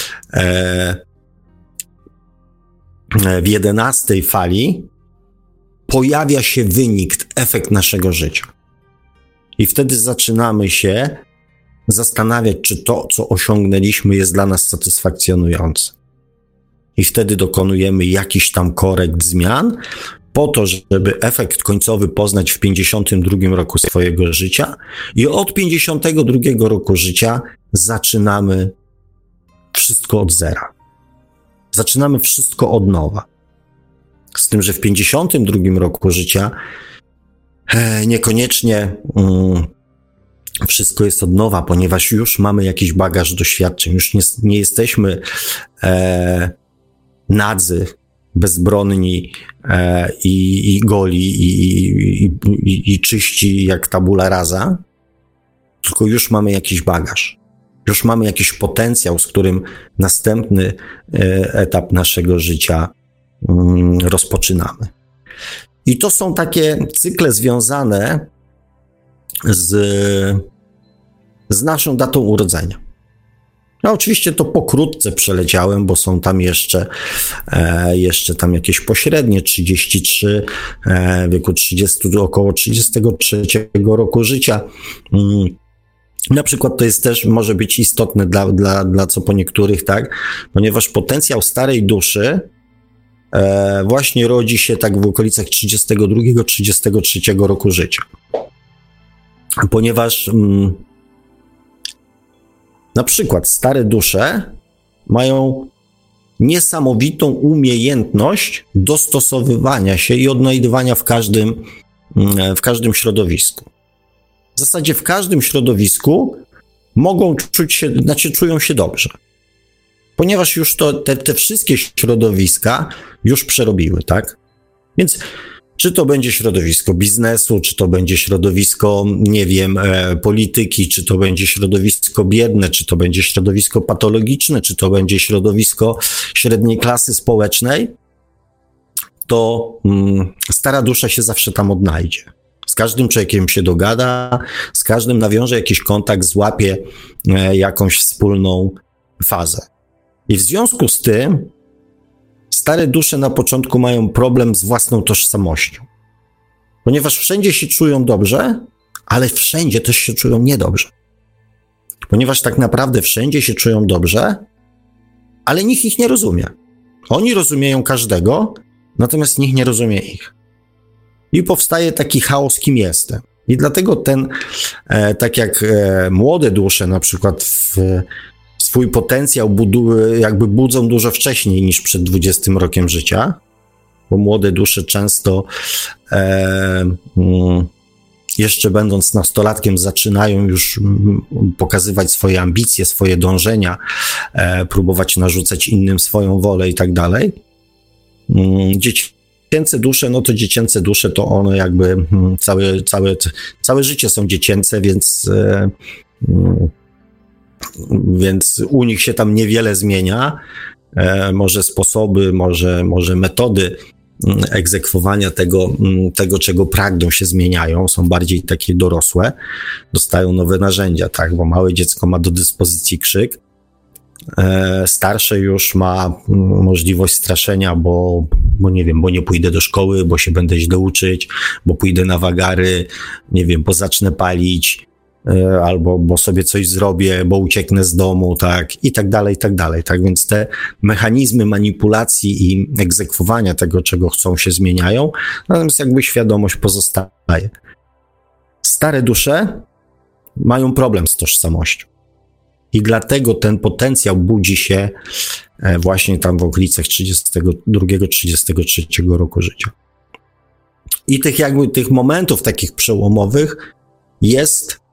w 11 fali pojawia się wynik, efekt naszego życia. I wtedy zaczynamy się zastanawiać, czy to, co osiągnęliśmy, jest dla nas satysfakcjonujące. I wtedy dokonujemy jakichś tam korekt, zmian, po to, żeby efekt końcowy poznać w 52 roku swojego życia i od 52 roku życia zaczynamy wszystko od zera. Zaczynamy wszystko od nowa. Z tym, że w 52 roku życia niekoniecznie wszystko jest od nowa, ponieważ już mamy jakiś bagaż doświadczeń, już nie jesteśmy nadzy, bezbronni i goli i czyści jak tabula rasa, tylko już mamy jakiś bagaż. Już mamy jakiś potencjał, z którym następny etap naszego życia rozpoczynamy. I to są takie cykle związane z naszą datą urodzenia. No oczywiście to pokrótce przeleciałem, bo są tam jeszcze tam jakieś pośrednie 33, wieku 30 do około 33 roku życia. Na przykład to jest też, może być istotne dla co po niektórych, tak? Ponieważ potencjał starej duszy właśnie rodzi się tak w okolicach 32-33 roku życia. Ponieważ na przykład stare dusze mają niesamowitą umiejętność dostosowywania się i odnajdywania w każdym środowisku. W zasadzie w każdym środowisku mogą czują się dobrze. Ponieważ już te wszystkie środowiska już przerobiły, tak? Więc czy to będzie środowisko biznesu, czy to będzie środowisko, nie wiem, polityki, czy to będzie środowisko biedne, czy to będzie środowisko patologiczne, czy to będzie środowisko średniej klasy społecznej, to stara dusza się zawsze tam odnajdzie. Z każdym człowiekiem się dogada, z każdym nawiąże jakiś kontakt, złapie jakąś wspólną fazę. I w związku z tym stare dusze na początku mają problem z własną tożsamością. Ponieważ wszędzie się czują dobrze, ale wszędzie też się czują niedobrze. Ponieważ tak naprawdę wszędzie się czują dobrze, ale nikt ich nie rozumie. Oni rozumieją każdego, natomiast nikt nie rozumie ich. I powstaje taki chaos, kim jestem. I dlatego tak jak młode dusze na przykład swój potencjał budzą dużo wcześniej niż przed 20 rokiem życia, bo młode dusze często jeszcze będąc nastolatkiem zaczynają już pokazywać swoje ambicje, swoje dążenia, próbować narzucać innym swoją wolę i tak dalej. Dziecięce dusze, no to dziecięce dusze to one jakby całe życie są dziecięce, więc u nich się tam niewiele zmienia. Może sposoby, może metody egzekwowania tego, czego pragną, się zmieniają, są bardziej takie dorosłe, dostają nowe narzędzia, tak, bo małe dziecko ma do dyspozycji krzyk, starsze już ma możliwość straszenia, bo nie wiem, bo nie pójdę do szkoły, bo się będę źle uczyć, bo pójdę na wagary, nie wiem, bo zacznę palić, albo bo sobie coś zrobię, bo ucieknę z domu, tak, i tak dalej, tak, więc te mechanizmy manipulacji i egzekwowania tego, czego chcą, się zmieniają, natomiast jakby świadomość pozostaje. Stare dusze mają problem z tożsamością i dlatego ten potencjał budzi się właśnie tam w okolicach 32-33 roku życia. I tych momentów takich przełomowych jest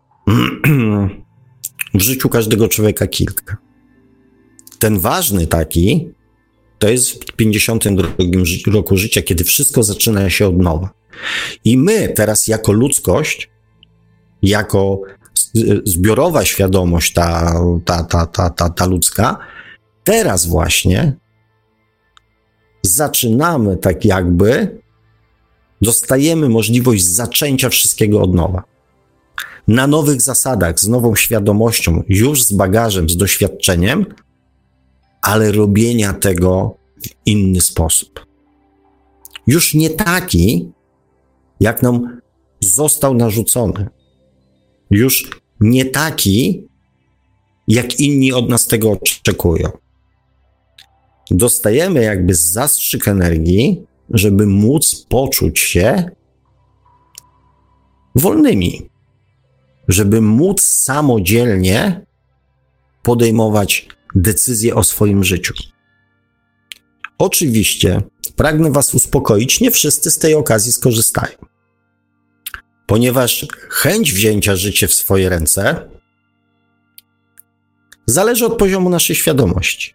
w życiu każdego człowieka kilka. Ten ważny taki to jest w 52 roku życia, kiedy wszystko zaczyna się od nowa. I my teraz jako ludzkość, jako zbiorowa świadomość ta ludzka, teraz właśnie zaczynamy tak jakby, dostajemy możliwość zaczęcia wszystkiego od nowa. Na nowych zasadach, z nową świadomością, już z bagażem, z doświadczeniem, ale robienia tego w inny sposób. Już nie taki, jak nam został narzucony. Już nie taki, jak inni od nas tego oczekują. Dostajemy jakby zastrzyk energii, żeby móc poczuć się wolnymi. Żeby móc samodzielnie podejmować decyzje o swoim życiu. Oczywiście pragnę was uspokoić, nie wszyscy z tej okazji skorzystają. Ponieważ chęć wzięcia życia w swoje ręce zależy od poziomu naszej świadomości.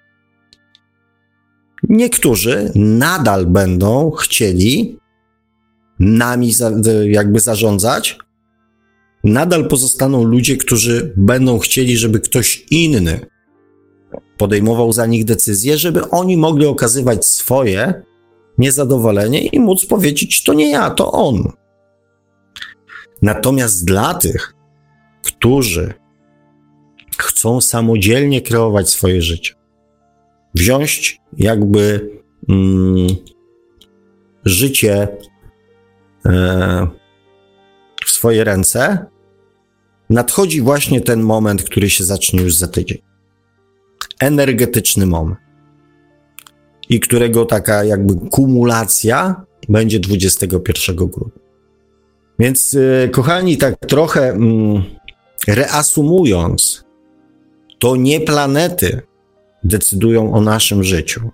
Niektórzy nadal będą chcieli nami jakby zarządzać, nadal pozostaną ludzie, którzy będą chcieli, żeby ktoś inny podejmował za nich decyzje, żeby oni mogli okazywać swoje niezadowolenie i móc powiedzieć, to nie ja, to on. Natomiast dla tych, którzy chcą samodzielnie kreować swoje życie, wziąć jakby życie w swoje ręce, nadchodzi właśnie ten moment, który się zacznie już za tydzień. Energetyczny moment. I którego taka jakby kumulacja będzie 21 grudnia. Więc kochani, tak trochę reasumując, to nie planety decydują o naszym życiu.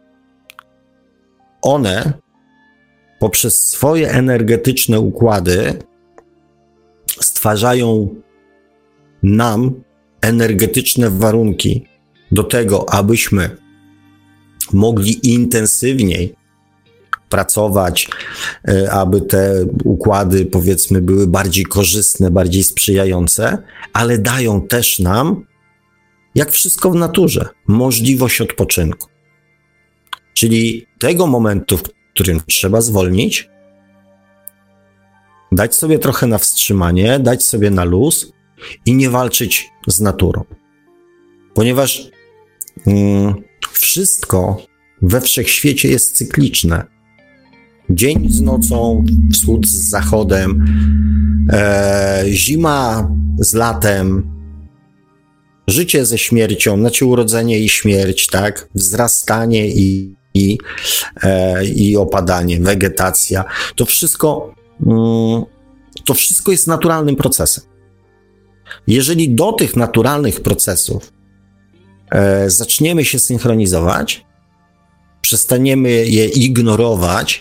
One poprzez swoje energetyczne układy stwarzają nam energetyczne warunki do tego, abyśmy mogli intensywniej pracować, aby te układy, powiedzmy, były bardziej korzystne, bardziej sprzyjające, ale dają też nam, jak wszystko w naturze, możliwość odpoczynku. Czyli tego momentu, w którym trzeba zwolnić, dać sobie trochę na wstrzymanie, dać sobie na luz i nie walczyć z naturą. Ponieważ wszystko we wszechświecie jest cykliczne. Dzień z nocą, wschód z zachodem, zima z latem, życie ze śmiercią, znaczy urodzenie i śmierć, tak? Wzrastanie i opadanie, wegetacja. To wszystko jest naturalnym procesem. Jeżeli do tych naturalnych procesów zaczniemy się synchronizować, przestaniemy je ignorować,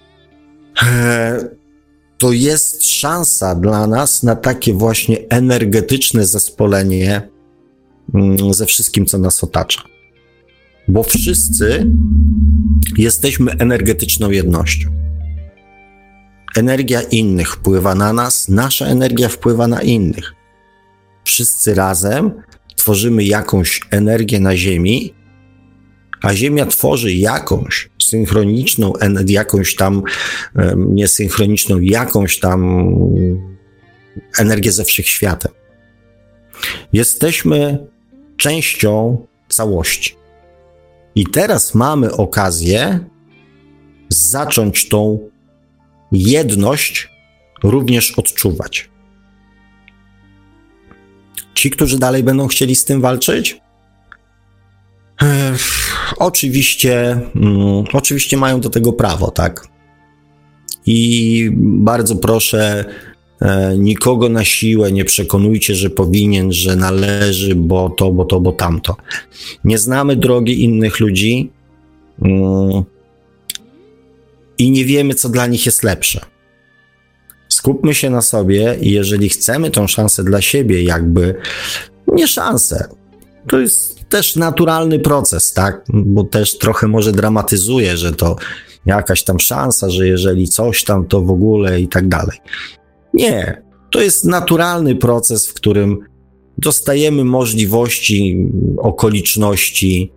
to jest szansa dla nas na takie właśnie energetyczne zespolenie ze wszystkim, co nas otacza. Bo wszyscy jesteśmy energetyczną jednością. Energia innych wpływa na nas, nasza energia wpływa na innych. Wszyscy razem tworzymy jakąś energię na Ziemi, a Ziemia tworzy jakąś synchroniczną, jakąś tam niesynchroniczną, jakąś tam energię ze wszechświatem. Jesteśmy częścią całości. I teraz mamy okazję zacząć tą jedność również odczuwać. Ci, którzy dalej będą chcieli z tym walczyć, oczywiście mają do tego prawo, tak? I bardzo proszę, nikogo na siłę nie przekonujcie, że powinien, że należy, bo tamto. Nie znamy drogi innych ludzi i nie wiemy, co dla nich jest lepsze. Skupmy się na sobie i jeżeli chcemy tą szansę dla siebie, jakby nie szansę, to jest też naturalny proces, tak? Bo też trochę może dramatyzuje, że to jakaś tam szansa, że jeżeli coś tam, to w ogóle i tak dalej. Nie, to jest naturalny proces, w którym dostajemy możliwości, okoliczności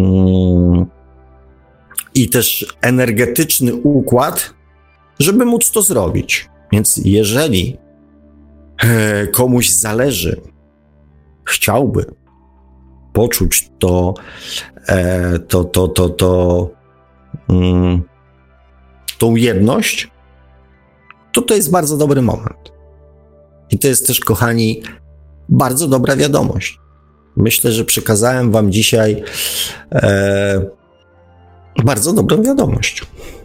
i też energetyczny układ, żeby móc to zrobić. Więc jeżeli komuś zależy, chciałby poczuć tą jedność, to jest bardzo dobry moment. I to jest też, kochani, bardzo dobra wiadomość. Myślę, że przekazałem wam dzisiaj bardzo dobrą wiadomość.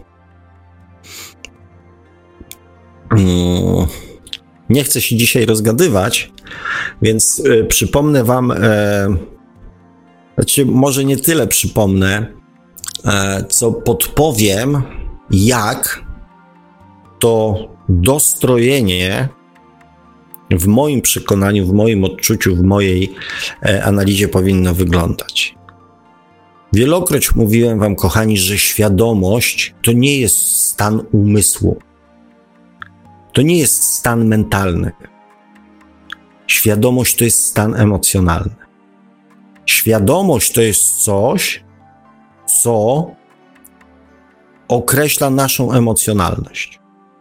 Nie chcę się dzisiaj rozgadywać, więc przypomnę wam, znaczy może nie tyle przypomnę, co podpowiem, jak to dostrojenie w moim przekonaniu, w moim odczuciu, w mojej analizie powinno wyglądać. Wielokroć mówiłem wam, kochani, że świadomość to nie jest stan umysłu. To nie jest stan mentalny. Świadomość to jest stan emocjonalny. Świadomość to jest coś, co określa naszą emocjonalność.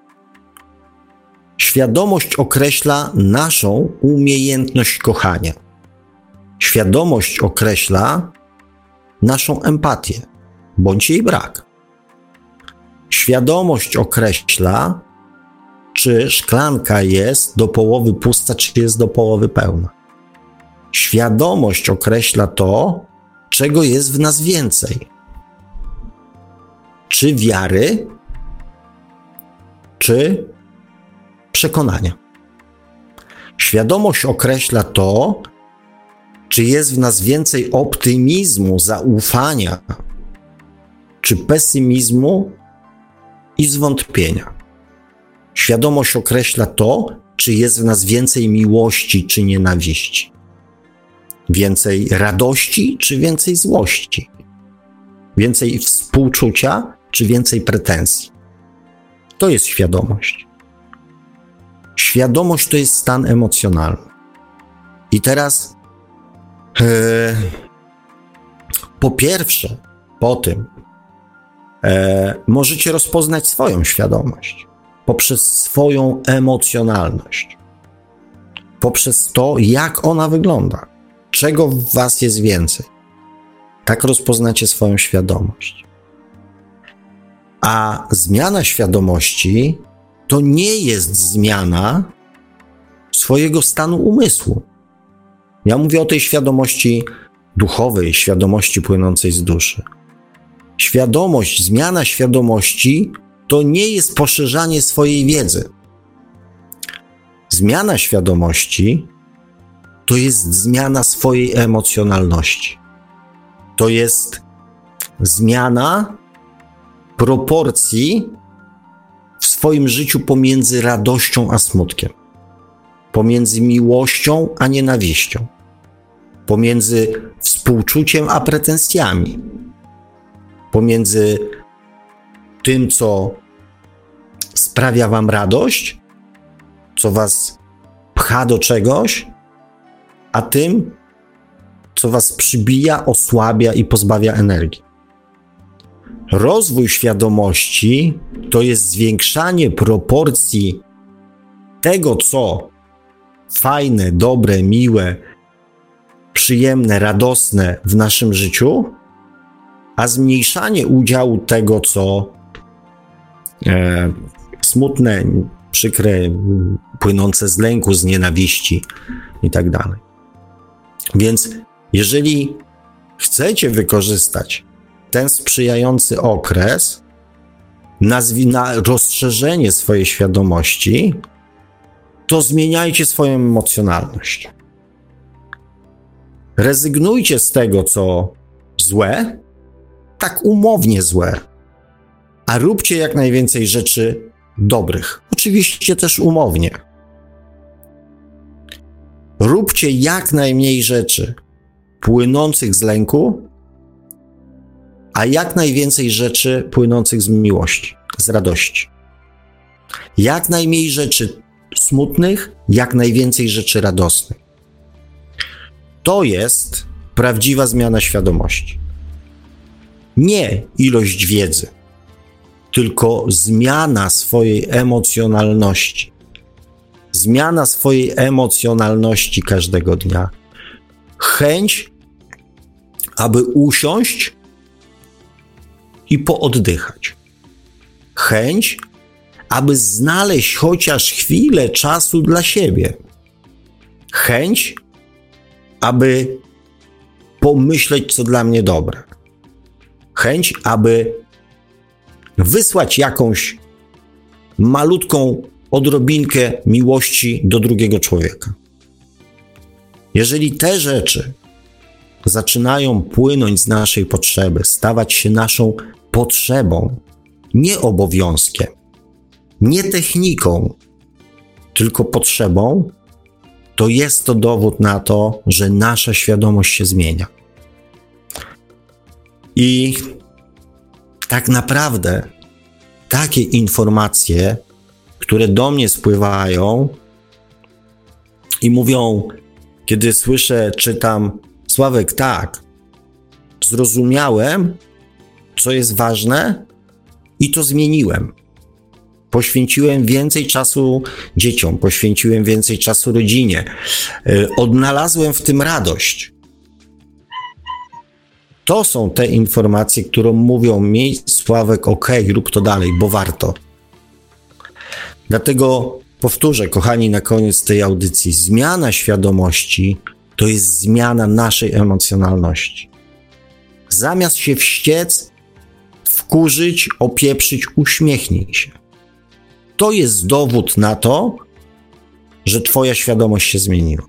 Świadomość określa naszą umiejętność kochania. Świadomość określa naszą empatię, bądź jej brak. Świadomość określa, czy szklanka jest do połowy pusta, czy jest do połowy pełna. Świadomość określa to, czego jest w nas więcej. Czy wiary, czy przekonania. Świadomość określa to, czy jest w nas więcej optymizmu, zaufania, czy pesymizmu i zwątpienia. Świadomość określa to, czy jest w nas więcej miłości, czy nienawiści. Więcej radości, czy więcej złości. Więcej współczucia, czy więcej pretensji. To jest świadomość. Świadomość to jest stan emocjonalny. I teraz po pierwsze, po tym możecie rozpoznać swoją świadomość poprzez swoją emocjonalność, poprzez to, jak ona wygląda, czego w was jest więcej. Tak rozpoznacie swoją świadomość. A zmiana świadomości to nie jest zmiana swojego stanu umysłu. Ja mówię o tej świadomości duchowej, świadomości płynącej z duszy. Świadomość, zmiana świadomości to nie jest poszerzanie swojej wiedzy. Zmiana świadomości to jest zmiana swojej emocjonalności. To jest zmiana proporcji w swoim życiu pomiędzy radością a smutkiem, pomiędzy miłością a nienawiścią, pomiędzy współczuciem a pretensjami, pomiędzy tym, co sprawia wam radość, co was pcha do czegoś, a tym, co was przybija, osłabia i pozbawia energii. Rozwój świadomości to jest zwiększanie proporcji tego, co fajne, dobre, miłe, przyjemne, radosne w naszym życiu, a zmniejszanie udziału tego, co smutne, przykre, płynące z lęku, z nienawiści i tak dalej. Więc jeżeli chcecie wykorzystać ten sprzyjający okres na rozszerzenie swojej świadomości, to zmieniajcie swoją emocjonalność. Rezygnujcie z tego, co złe, tak umownie złe, a róbcie jak najwięcej rzeczy dobrych. Oczywiście też umownie. Róbcie jak najmniej rzeczy płynących z lęku, a jak najwięcej rzeczy płynących z miłości, z radości. Jak najmniej rzeczy smutnych, jak najwięcej rzeczy radosnych. To jest prawdziwa zmiana świadomości. Nie ilość wiedzy, tylko zmiana swojej emocjonalności. Zmiana swojej emocjonalności każdego dnia. Chęć, aby usiąść i pooddychać. Chęć, aby znaleźć chociaż chwilę czasu dla siebie. Chęć, aby pomyśleć, co dla mnie dobre. Chęć, aby wysłać jakąś malutką odrobinkę miłości do drugiego człowieka. Jeżeli te rzeczy zaczynają płynąć z naszej potrzeby, stawać się naszą potrzebą, nie obowiązkiem, nie techniką, tylko potrzebą, to jest to dowód na to, że nasza świadomość się zmienia. I tak naprawdę takie informacje, które do mnie spływają i mówią, kiedy słyszę, czytam: Sławek, tak, zrozumiałem, co jest ważne i to zmieniłem. Poświęciłem więcej czasu dzieciom, poświęciłem więcej czasu rodzinie, odnalazłem w tym radość. To są te informacje, które mówią mi: Sławek, okej, rób to dalej, bo warto. Dlatego powtórzę, kochani, na koniec tej audycji, zmiana świadomości to jest zmiana naszej emocjonalności. Zamiast się wściec, wkurzyć, opieprzyć, uśmiechnij się. To jest dowód na to, że twoja świadomość się zmieniła.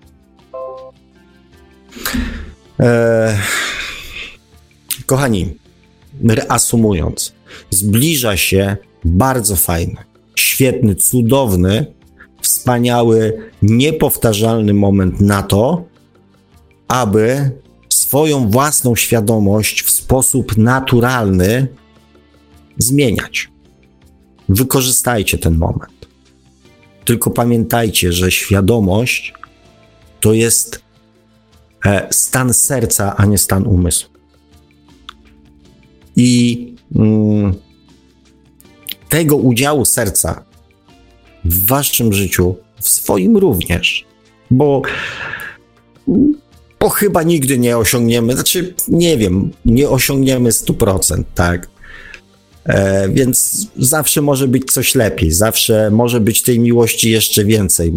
Kochani, reasumując, zbliża się bardzo fajny, świetny, cudowny, wspaniały, niepowtarzalny moment na to, aby swoją własną świadomość w sposób naturalny zmieniać. Wykorzystajcie ten moment. Tylko pamiętajcie, że świadomość to jest stan serca, a nie stan umysłu. I tego udziału serca w waszym życiu, w swoim również, bo chyba nigdy nie osiągniemy, nie osiągniemy 100%, tak? Więc zawsze może być coś lepiej, zawsze może być tej miłości jeszcze więcej,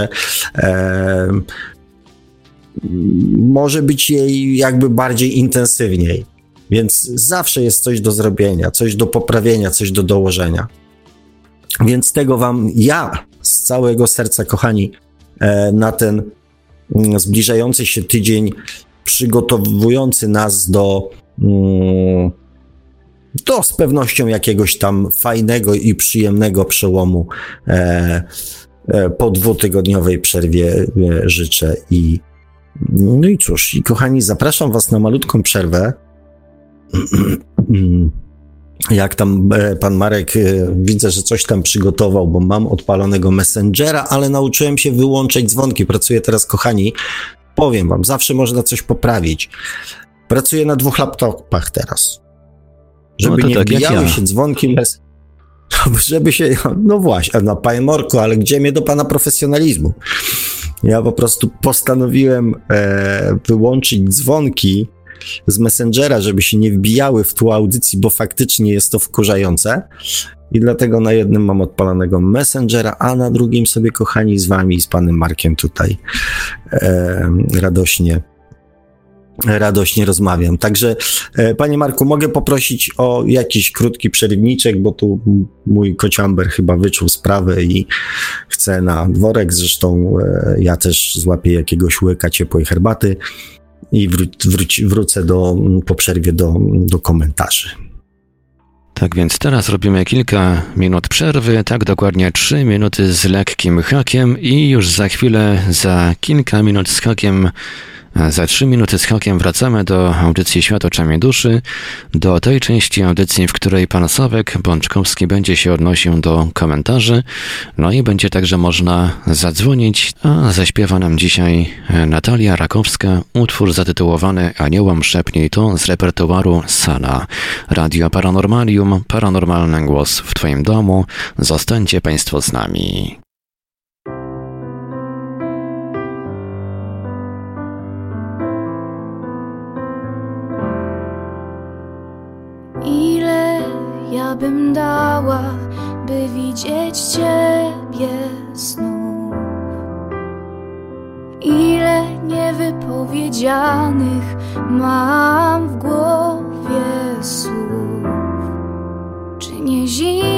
może być jej jakby bardziej intensywniej, więc zawsze jest coś do zrobienia, coś do poprawienia, coś do dołożenia. Więc tego wam ja z całego serca, kochani, na ten zbliżający się tydzień, przygotowujący nas do z pewnością jakiegoś tam fajnego i przyjemnego przełomu po 2-tygodniowej przerwie życzę. No i cóż, i kochani, zapraszam was na malutką przerwę. Jak tam pan Marek, widzę, że coś tam przygotował, bo mam odpalonego Messengera, ale nauczyłem się wyłączać dzwonki. Pracuję teraz, kochani, powiem wam, zawsze można coś poprawić. Pracuję na 2 laptopach teraz. Żeby nie tak wbijały się dzwonki, żeby się, no właśnie, na Panie Morku, ale gdzie mnie do pana profesjonalizmu? Ja po prostu postanowiłem wyłączyć dzwonki z Messengera, żeby się nie wbijały w tło audycji, bo faktycznie jest to wkurzające. I dlatego na jednym mam odpalonego Messengera, a na drugim sobie, kochani, z wami i z panem Markiem tutaj radośnie rozmawiam. Także, panie Marku, mogę poprosić o jakiś krótki przerywniczek, bo tu mój kociamber chyba wyczuł sprawę i chce na dworek. Zresztą ja też złapię jakiegoś łyka ciepłej herbaty i wrócę po przerwie do komentarzy. Tak więc teraz robimy kilka minut przerwy, tak dokładnie 3 minuty z lekkim hakiem i już za chwilę, za kilka minut z hakiem, za 3 minuty z hakiem wracamy do audycji Świat oczami duszy, do tej części audycji, w której pan Sławek Bączkowski będzie się odnosił do komentarzy, no i będzie także można zadzwonić, a zaśpiewa nam dzisiaj Natalia Rakowska, utwór zatytułowany Aniołom szepnij to z repertuaru Sana. Radio Paranormalium, paranormalny głos w twoim domu, zostańcie państwo z nami. Ile ja bym dała, by widzieć Ciebie znów? Ile niewypowiedzianych mam w głowie słów? Czy nie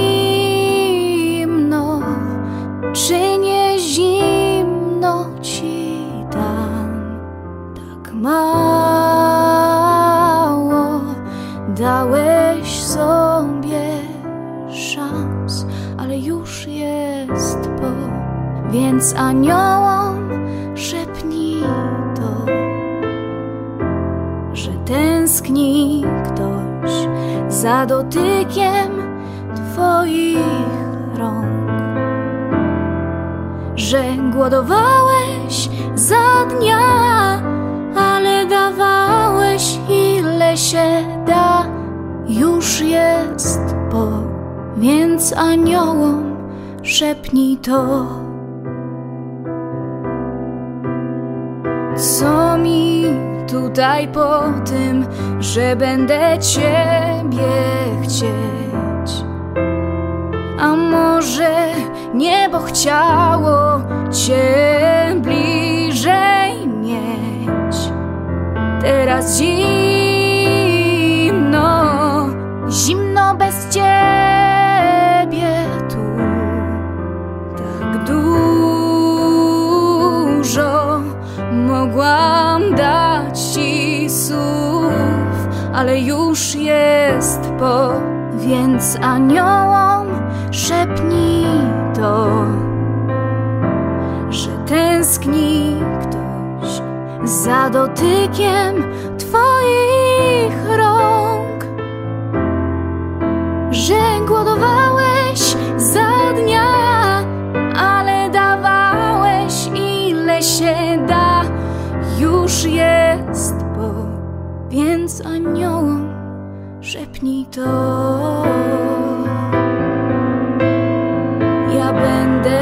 zimno, czy nie zimno Ci tam tak mało? dałeś sobie szans, ale już jest po, więc aniołom szepnij to, że tęskni ktoś za dotykiem twoich rąk, że głodowałeś za dnia, ale dawałeś ile się da. Już jest po, więc aniołom szepnij to. Co mi tutaj po tym, że będę Ciebie chcieć? A może niebo chciało Cię bliżej mieć? Teraz zimno bez Ciebie tu. Tak dużo mogłam dać Ci słów, ale już jest po, więc aniołom szepnij to, że tęskni ktoś za dotykiem twoich rąk, że głodowałeś za dnia, ale dawałeś ile się da. Już jest po, więc aniołom szepnij to. Ja będę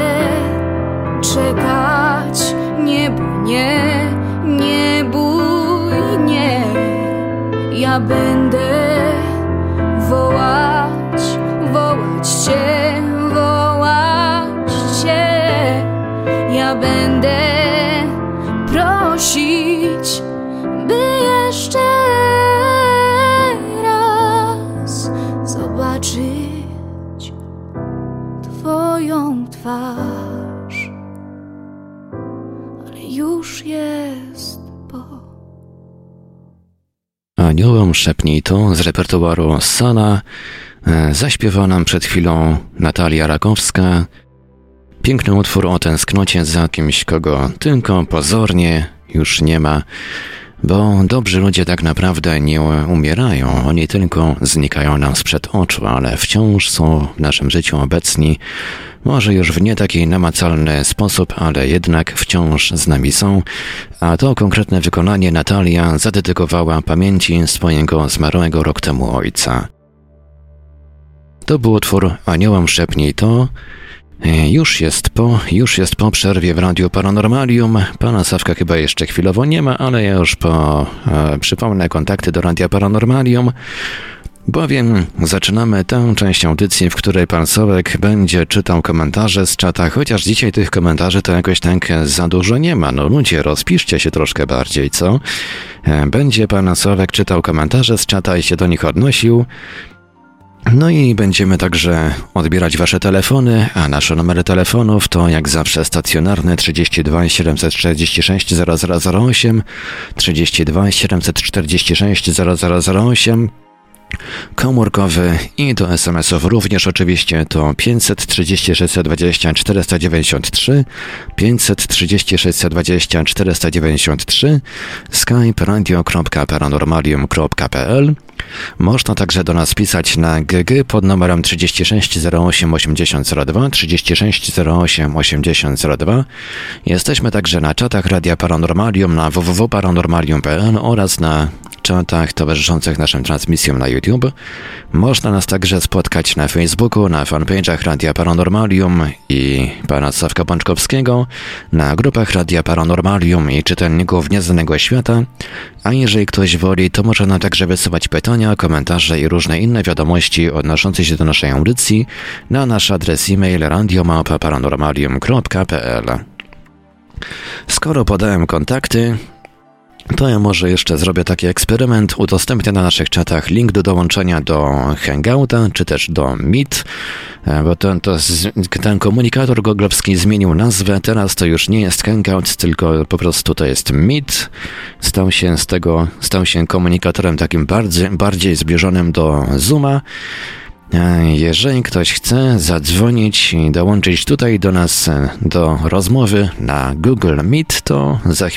czekać, nie bój, nie bój, nie. Ja będę wołać Cię. Ja będę prosić, by jeszcze raz zobaczyć Twoją twarz, ale już jest po. Aniołom szepnij to z repertuaru Sana. Zaśpiewa nam przed chwilą Natalia Rakowska. Piękny utwór o tęsknocie za kimś, kogo tylko pozornie już nie ma, bo dobrzy ludzie tak naprawdę nie umierają, oni tylko znikają nam sprzed oczu, ale wciąż są w naszym życiu obecni, może już w nie taki namacalny sposób, ale jednak wciąż z nami są, a to konkretne wykonanie Natalia zadedykowała pamięci swojego zmarłego rok temu ojca. To był utwór Aniołom szepnij to. Już jest po przerwie w Radiu Paranormalium. Pana Sawka chyba jeszcze chwilowo nie ma, ale ja już przypomnę kontakty do Radia Paranormalium, bowiem zaczynamy tę część audycji, w której pan Sławek będzie czytał komentarze z czata, chociaż dzisiaj tych komentarzy to jakoś tak za dużo nie ma. No ludzie, rozpiszcie się troszkę bardziej, co? Będzie pan Sławek czytał komentarze z czata i się do nich odnosił. No i będziemy także odbierać wasze telefony, a nasze numery telefonów to jak zawsze stacjonarne 32 746 0008, 32 746 0008, komórkowy i do SMS-ów również oczywiście to 536 20 493, 536 20 493, skype radio.paranormalium.pl. Można także do nas pisać na GG pod numerem 36 08 8002, 36 08 8002. Jesteśmy także na czatach Radia Paranormalium na www.paranormalium.pl oraz na czatach towarzyszących naszym transmisjom na YouTube. Można nas także spotkać na Facebooku, na fanpage'ach Radia Paranormalium i pana Sławka Bączkowskiego, na grupach Radia Paranormalium i czytelników Nieznanego Świata, a jeżeli ktoś woli, to może nam także wysyłać pytania, komentarze i różne inne wiadomości odnoszące się do naszej audycji na nasz adres e-mail radiomałpa-paranormalium.pl. Skoro podałem kontakty, to ja może jeszcze zrobię taki eksperyment. Udostępnię na naszych czatach link do dołączenia do Hangouta, czy też do Meet, bo ten komunikator googlowski zmienił nazwę. Teraz to już nie jest Hangout, tylko po prostu to jest Meet. Stał się komunikatorem takim bardziej zbliżonym do Zooma. Jeżeli ktoś chce zadzwonić i dołączyć tutaj do nas do rozmowy na Google Meet, to za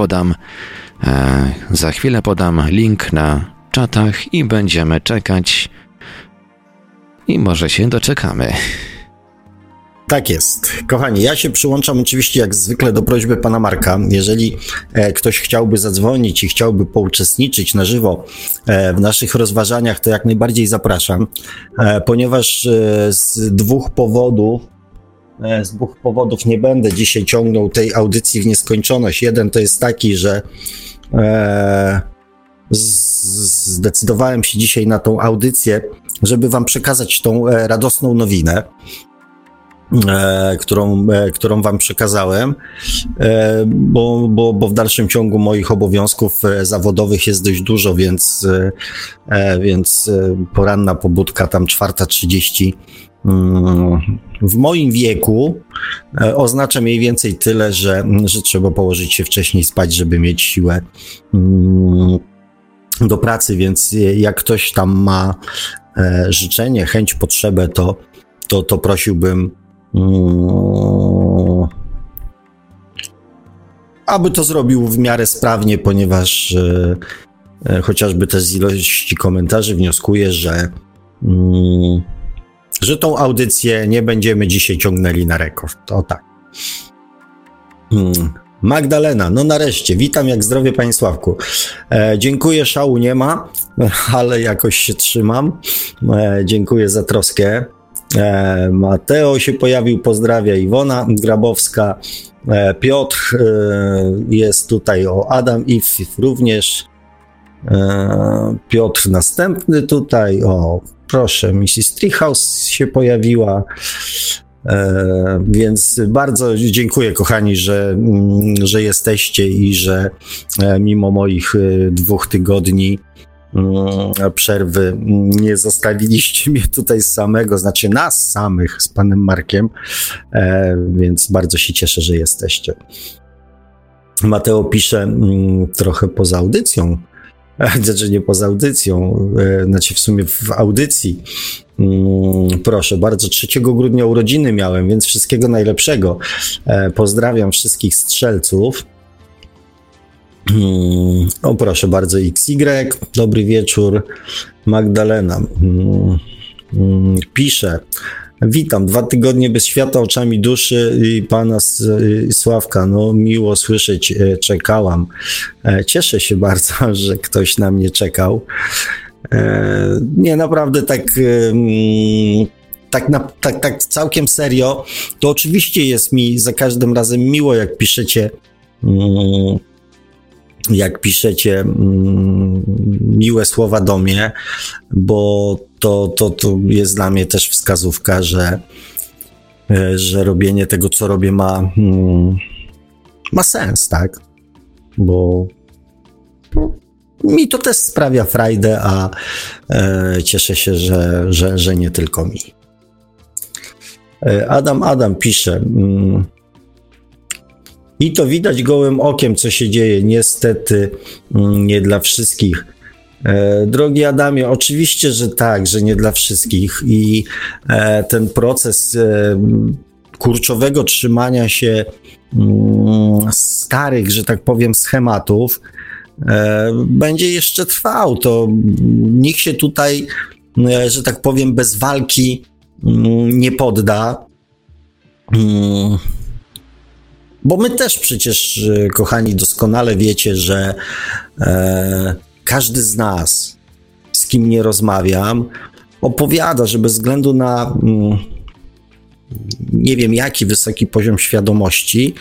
chwilę podam link na czatach i będziemy czekać i może się doczekamy. Tak jest. Kochani, ja się przyłączam oczywiście jak zwykle do prośby pana Marka. Jeżeli ktoś chciałby zadzwonić i chciałby pouczestniczyć na żywo w naszych rozważaniach, to jak najbardziej zapraszam, ponieważ z dwóch powodów nie będę dzisiaj ciągnął tej audycji w nieskończoność. Jeden to jest taki, że zdecydowałem się dzisiaj na tą audycję, żeby wam przekazać tą radosną nowinę, którą wam przekazałem, bo w dalszym ciągu moich obowiązków zawodowych jest dość dużo, więc poranna pobudka tam 4:30 w moim wieku oznacza mniej więcej tyle, że trzeba położyć się wcześniej spać, żeby mieć siłę do pracy, więc jak ktoś tam ma życzenie, chęć, potrzebę, to prosiłbym, aby to zrobił w miarę sprawnie, ponieważ chociażby też z ilości komentarzy wnioskuję, że tą audycję nie będziemy dzisiaj ciągnęli na rekord. O tak. Magdalena, no nareszcie, witam, jak zdrowie, panie Sławku. Dziękuję, szału nie ma, ale jakoś się trzymam. Dziękuję za troskę. Mateo się pojawił, pozdrawia Iwona Grabowska. Piotr jest tutaj, Adam i również. Piotr następny tutaj, proszę, Mrs. Treehouse się pojawiła, więc bardzo dziękuję, kochani, że jesteście i że mimo moich 2 tygodni przerwy nie zostawiliście mnie tutaj samego, znaczy nas samych z panem Markiem, więc bardzo się cieszę, że jesteście. Mateo pisze trochę poza audycją, znaczy nie poza audycją, znaczy w sumie w audycji. Proszę bardzo, 3 grudnia urodziny miałem, więc wszystkiego najlepszego. Pozdrawiam wszystkich strzelców. Proszę bardzo, XY, dobry wieczór. Magdalena pisze: witam, 2 tygodnie bez świata oczami duszy i pana Sławka, no miło słyszeć, czekałam. Cieszę się bardzo, że ktoś na mnie czekał. Nie, naprawdę tak całkiem serio, to oczywiście jest mi za każdym razem miło, jak piszecie miłe słowa do mnie, bo to jest dla mnie też wskazówka, że robienie tego, co robię, ma sens, tak? Bo mi to też sprawia frajdę, a cieszę się, że nie tylko mi. Adam pisze: i to widać gołym okiem, co się dzieje. Niestety nie dla wszystkich. Drogi Adamie, oczywiście, że tak, że nie dla wszystkich i ten proces kurczowego trzymania się starych, że tak powiem, schematów będzie jeszcze trwał. To nikt się tutaj, że tak powiem, bez walki nie podda. Bo my też przecież, kochani, doskonale wiecie, że każdy z nas, z kim nie rozmawiam, opowiada, że bez względu na nie wiem jaki wysoki poziom świadomości,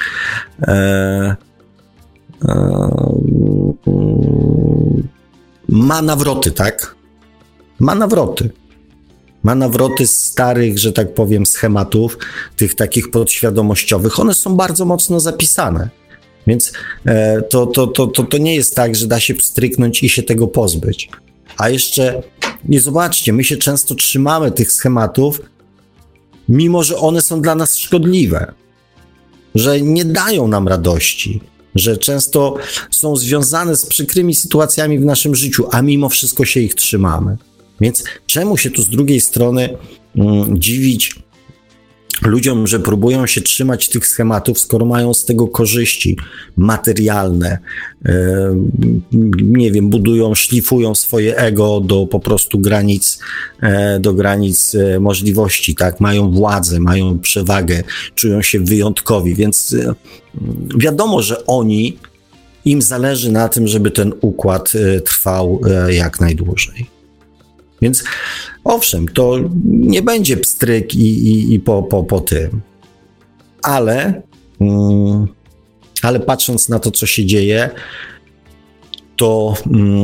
ma nawroty, tak? Ma nawroty. Ma nawroty starych, że tak powiem, schematów, tych takich podświadomościowych. One są bardzo mocno zapisane. Więc to nie jest tak, że da się pstryknąć i się tego pozbyć. A jeszcze, nie zobaczcie, my się często trzymamy tych schematów, mimo że one są dla nas szkodliwe, że nie dają nam radości, że często są związane z przykrymi sytuacjami w naszym życiu, a mimo wszystko się ich trzymamy. Więc czemu się tu z drugiej strony dziwić ludziom, że próbują się trzymać tych schematów, skoro mają z tego korzyści materialne, nie wiem, budują, szlifują swoje ego do po prostu granic możliwości, tak? Mają władzę, mają przewagę, czują się wyjątkowi, więc wiadomo, że im zależy na tym, żeby ten układ trwał jak najdłużej. Więc owszem, to nie będzie pstryk i po tym, ale patrząc na to, co się dzieje, to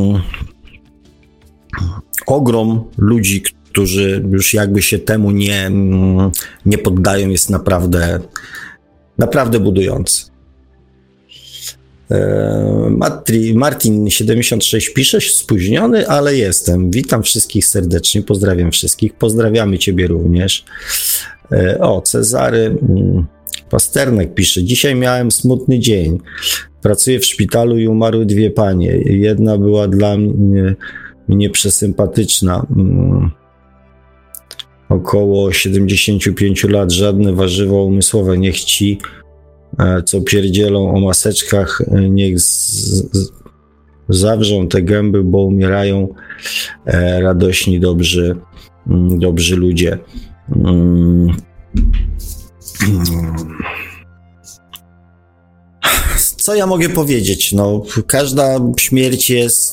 ogrom ludzi, którzy już jakby się temu nie poddają, jest naprawdę budujący. Martin76 pisze, spóźniony, ale jestem. Witam wszystkich serdecznie, pozdrawiam wszystkich. Pozdrawiamy ciebie również. Cezary Pasternak pisze, dzisiaj miałem smutny dzień. Pracuję w szpitalu i umarły dwie panie. Jedna była dla mnie przesympatyczna. Około 75 lat, żadne warzywo umysłowe. Niech ci, co pierdzielą o maseczkach, niech zawrzą te gęby, bo umierają radośni, dobrzy ludzie. Co ja mogę powiedzieć? No, każda śmierć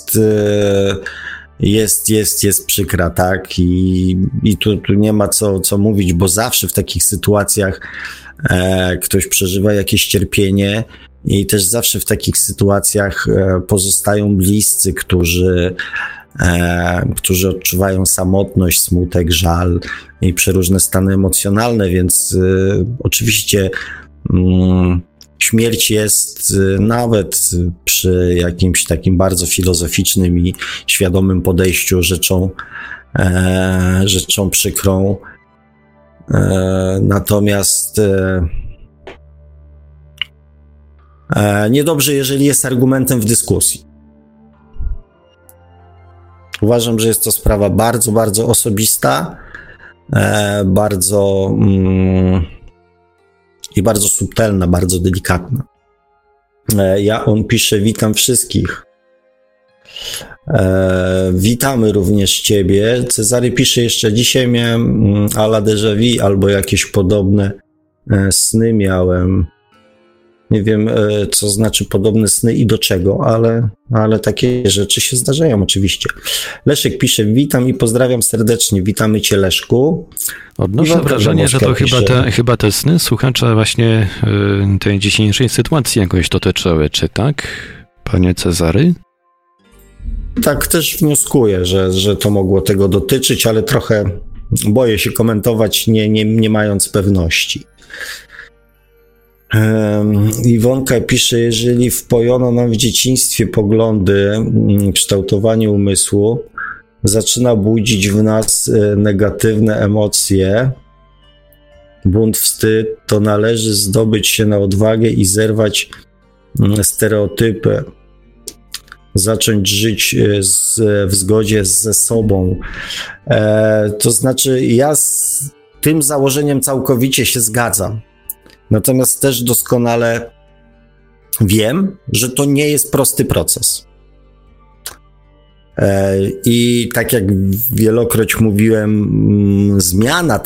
jest przykra, tak? I tu nie ma co mówić, bo zawsze w takich sytuacjach ktoś przeżywa jakieś cierpienie i też zawsze w takich sytuacjach pozostają bliscy, którzy odczuwają samotność, smutek, żal i przeróżne stany emocjonalne, więc oczywiście śmierć jest nawet przy jakimś takim bardzo filozoficznym i świadomym podejściu rzeczą przykrą. Natomiast niedobrze, jeżeli jest argumentem w dyskusji. Uważam, że jest to sprawa bardzo, bardzo osobista, bardzo subtelna, bardzo delikatna. On pisze, witam wszystkich. Witamy również ciebie. Cezary pisze jeszcze, dzisiaj miałem à la déjà vu albo jakieś podobne sny miałem. Nie wiem, co znaczy podobne sny i do czego, ale takie rzeczy się zdarzają oczywiście. Leszek pisze, witam i pozdrawiam serdecznie. Witamy cię, Leszku. Odnoszę wrażenie, że to chyba te sny słuchacza właśnie tej dzisiejszej sytuacji jakoś dotyczyły, czy tak, panie Cezary? Tak też wnioskuję, że to mogło tego dotyczyć, ale trochę boję się komentować, nie mając pewności. Iwonka pisze, jeżeli wpojono nam w dzieciństwie poglądy, kształtowanie umysłu, zaczyna budzić w nas negatywne emocje, bunt, wstyd, to należy zdobyć się na odwagę i zerwać stereotypy, zacząć żyć w zgodzie ze sobą. To znaczy, ja z tym założeniem całkowicie się zgadzam. Natomiast też doskonale wiem, że to nie jest prosty proces. I tak jak wielokroć mówiłem, zmiana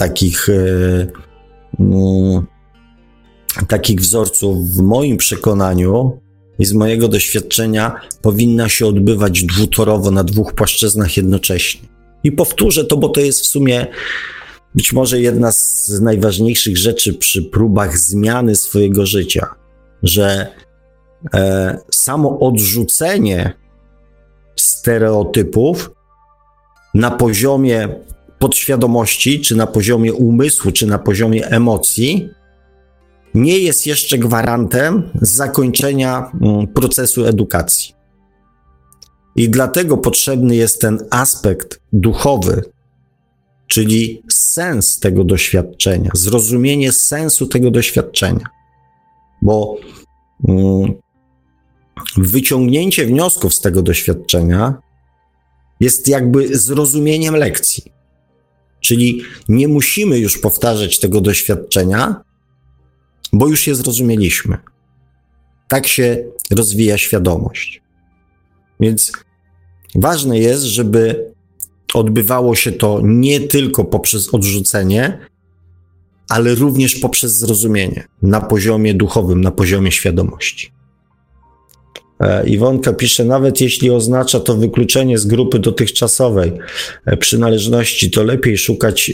takich wzorców w moim przekonaniu i z mojego doświadczenia powinna się odbywać dwutorowo na dwóch płaszczyznach jednocześnie. I powtórzę to, bo to jest w sumie być może jedna z najważniejszych rzeczy przy próbach zmiany swojego życia, że samo odrzucenie stereotypów na poziomie podświadomości, czy na poziomie umysłu, czy na poziomie emocji nie jest jeszcze gwarantem zakończenia procesu edukacji. I dlatego potrzebny jest ten aspekt duchowy, czyli sens tego doświadczenia, zrozumienie sensu tego doświadczenia. Bo wyciągnięcie wniosków z tego doświadczenia jest jakby zrozumieniem lekcji. Czyli nie musimy już powtarzać tego doświadczenia, bo już je zrozumieliśmy. Tak się rozwija świadomość. Więc ważne jest, żeby odbywało się to nie tylko poprzez odrzucenie, ale również poprzez zrozumienie na poziomie duchowym, na poziomie świadomości. Iwonka pisze, nawet jeśli oznacza to wykluczenie z grupy dotychczasowej przynależności, to lepiej szukać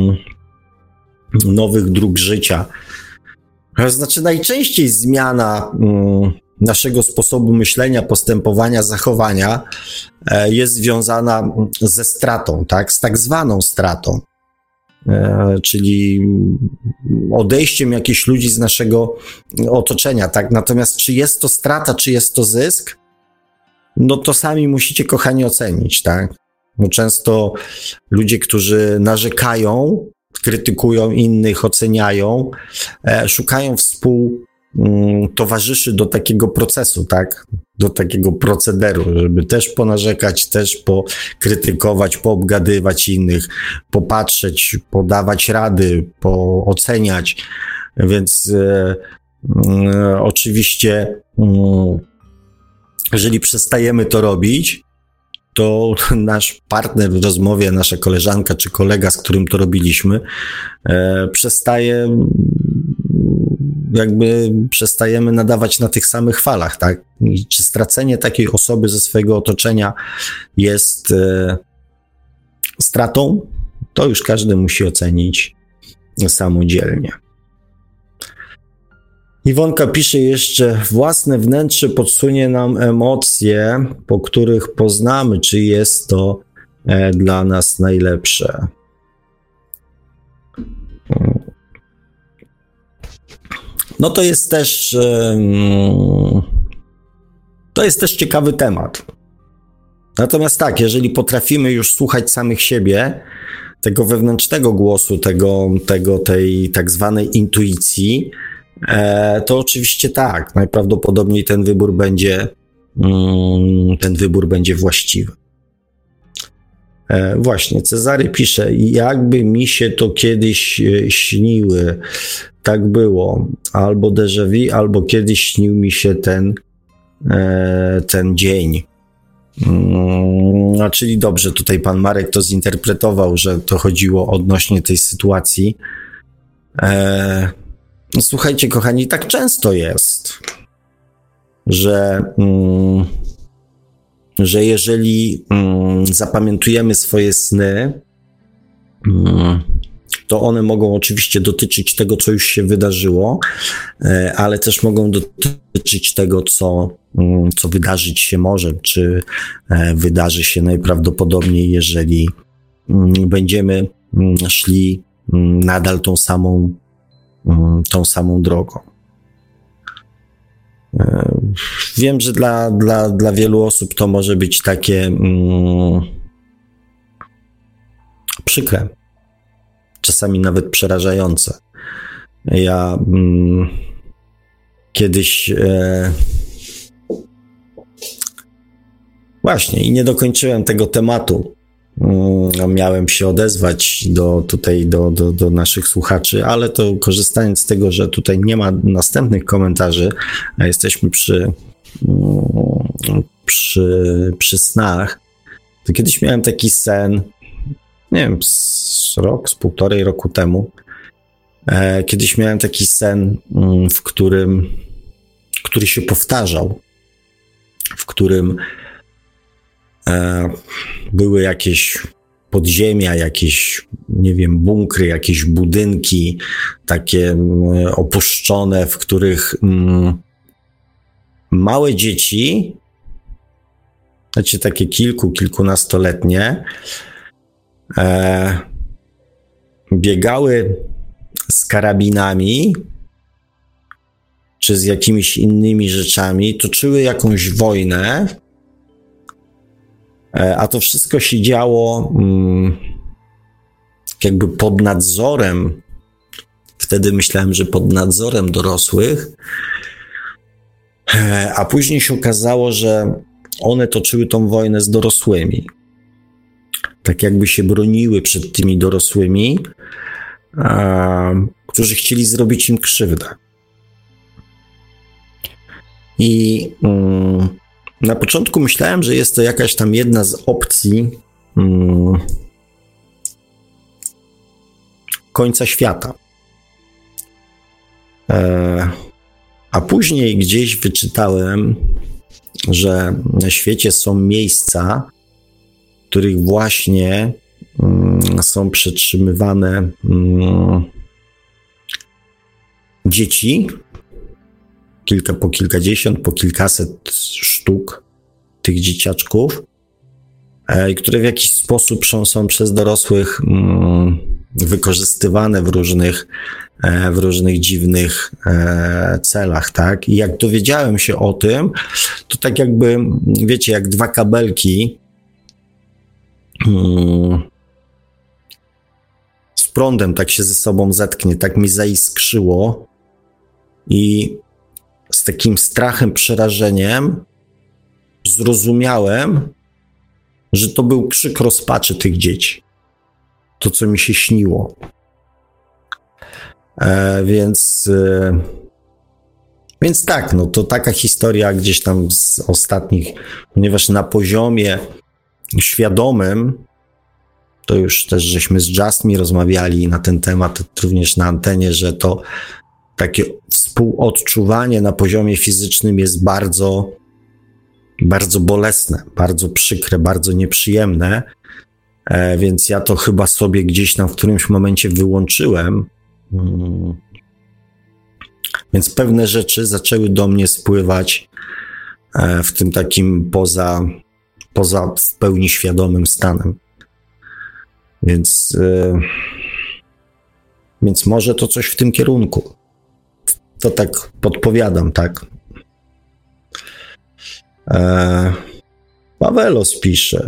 nowych dróg życia. Znaczy najczęściej zmiana naszego sposobu myślenia, postępowania, zachowania jest związana ze stratą, tak? Z tak zwaną stratą, czyli odejściem jakichś ludzi z naszego otoczenia, tak? Natomiast czy jest to strata, czy jest to zysk? No to sami musicie, kochani, ocenić, tak? Bo często ludzie, którzy narzekają, krytykują innych, oceniają, szukają towarzyszy do takiego procesu, tak? Do takiego procederu, żeby też ponarzekać, też pokrytykować, poobgadywać innych, popatrzeć, podawać rady, pooceniać. Więc oczywiście, jeżeli przestajemy to robić, to nasz partner w rozmowie, nasza koleżanka czy kolega, z którym to robiliśmy, przestajemy nadawać na tych samych falach, tak? I czy stracenie takiej osoby ze swojego otoczenia jest stratą? To już każdy musi ocenić samodzielnie. Iwonka pisze jeszcze, własne wnętrze podsunie nam emocje, po których poznamy, czy jest to dla nas najlepsze. No to jest też ciekawy temat. Natomiast tak, jeżeli potrafimy już słuchać samych siebie, tego wewnętrznego głosu, tej tak zwanej intuicji, to oczywiście tak, najprawdopodobniej ten wybór będzie właściwy. Właśnie, Cezary pisze, jakby mi się to kiedyś śniły, tak było, albo déjà vu, albo kiedyś śnił mi się ten dzień. Czyli dobrze, tutaj pan Marek to zinterpretował, że to chodziło odnośnie tej sytuacji. Słuchajcie, kochani, tak często jest, że jeżeli zapamiętujemy swoje sny, to one mogą oczywiście dotyczyć tego, co już się wydarzyło, ale też mogą dotyczyć tego, co wydarzyć się może, czy wydarzy się najprawdopodobniej, jeżeli będziemy szli nadal tą samą drogą. Wiem, że dla wielu osób to może być takie przykre, czasami nawet przerażające. Ja kiedyś właśnie i nie dokończyłem tego tematu. Miałem się odezwać do naszych słuchaczy, ale to korzystając z tego, że tutaj nie ma następnych komentarzy, a jesteśmy przy snach, to kiedyś miałem taki sen, nie wiem, z półtorej roku temu. Kiedyś miałem taki sen, który się powtarzał, w którym były jakieś podziemia, jakieś, nie wiem, bunkry, jakieś budynki takie opuszczone, w których małe dzieci, znaczy takie kilkunastoletnie, biegały z karabinami czy z jakimiś innymi rzeczami, toczyły jakąś wojnę, a to wszystko się działo jakby pod nadzorem, wtedy myślałem, że pod nadzorem dorosłych, a później się okazało, że one toczyły tą wojnę z dorosłymi. Tak jakby się broniły przed tymi dorosłymi, którzy chcieli zrobić im krzywdę. I na początku myślałem, że jest to jakaś tam jedna z opcji końca świata. A później gdzieś wyczytałem, że na świecie są miejsca, w których właśnie są przetrzymywane dzieci, po kilkadziesiąt, po kilkaset sztuk tych dzieciaczków, które w jakiś sposób są przez dorosłych wykorzystywane w różnych dziwnych celach, tak? I jak dowiedziałem się o tym, to tak jakby, wiecie, jak dwa kabelki z prądem tak się ze sobą zetknie, tak mi zaiskrzyło i z takim strachem, przerażeniem zrozumiałem, że to był krzyk rozpaczy tych dzieci. To, co mi się śniło. Więc tak, no to taka historia gdzieś tam z ostatnich, ponieważ na poziomie świadomym, to już też żeśmy z Justmi rozmawiali na ten temat, również na antenie, że to takie współodczuwanie na poziomie fizycznym jest bardzo, bardzo bolesne, bardzo przykre, bardzo nieprzyjemne, więc ja to chyba sobie gdzieś tam w którymś momencie wyłączyłem, więc pewne rzeczy zaczęły do mnie spływać w tym takim poza w pełni świadomym stanem. Więc może to coś w tym kierunku. To tak podpowiadam, tak? Pawelos pisze.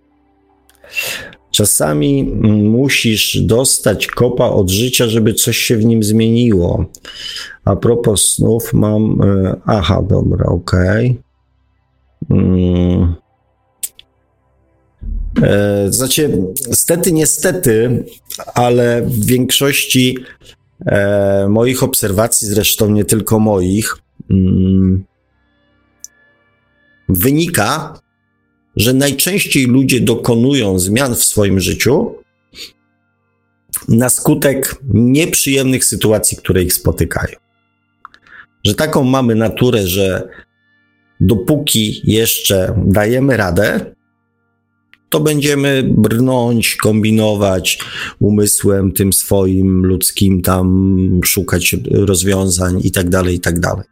Czasami musisz dostać kopa od życia, żeby coś się w nim zmieniło. A propos snów mam... Aha, dobra, okej. Znaczy, niestety, ale w większości moich obserwacji, zresztą nie tylko moich, wynika, że najczęściej ludzie dokonują zmian w swoim życiu na skutek nieprzyjemnych sytuacji, które ich spotykają. Że taką mamy naturę, że dopóki jeszcze dajemy radę, to będziemy brnąć, kombinować umysłem tym swoim ludzkim, tam szukać rozwiązań i tak dalej, i tak dalej.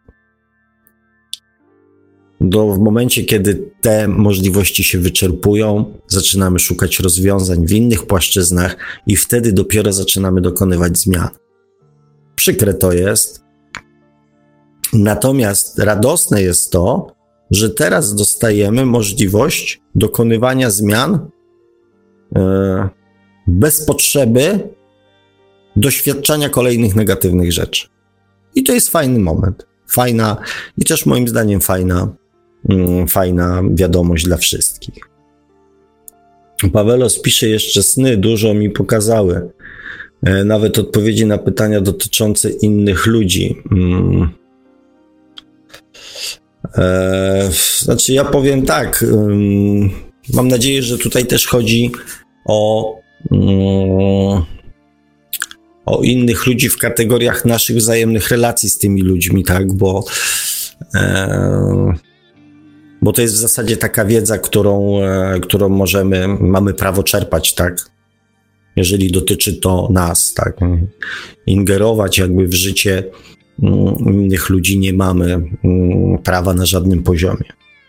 W momencie, kiedy te możliwości się wyczerpują, zaczynamy szukać rozwiązań w innych płaszczyznach i wtedy dopiero zaczynamy dokonywać zmian. Przykre to jest. Natomiast radosne jest to, że teraz dostajemy możliwość dokonywania zmian bez potrzeby doświadczania kolejnych negatywnych rzeczy. I to jest fajny moment. Fajna i też moim zdaniem fajna wiadomość dla wszystkich. Pawelos pisze jeszcze, sny dużo mi pokazały. Nawet odpowiedzi na pytania dotyczące innych ludzi. Znaczy ja powiem tak, mam nadzieję, że tutaj też chodzi o innych ludzi w kategoriach naszych wzajemnych relacji z tymi ludźmi, tak, bo to jest w zasadzie taka wiedza, którą mamy prawo czerpać, tak, jeżeli dotyczy to nas, tak, ingerować jakby w życie innych ludzi nie mamy prawa na żadnym poziomie.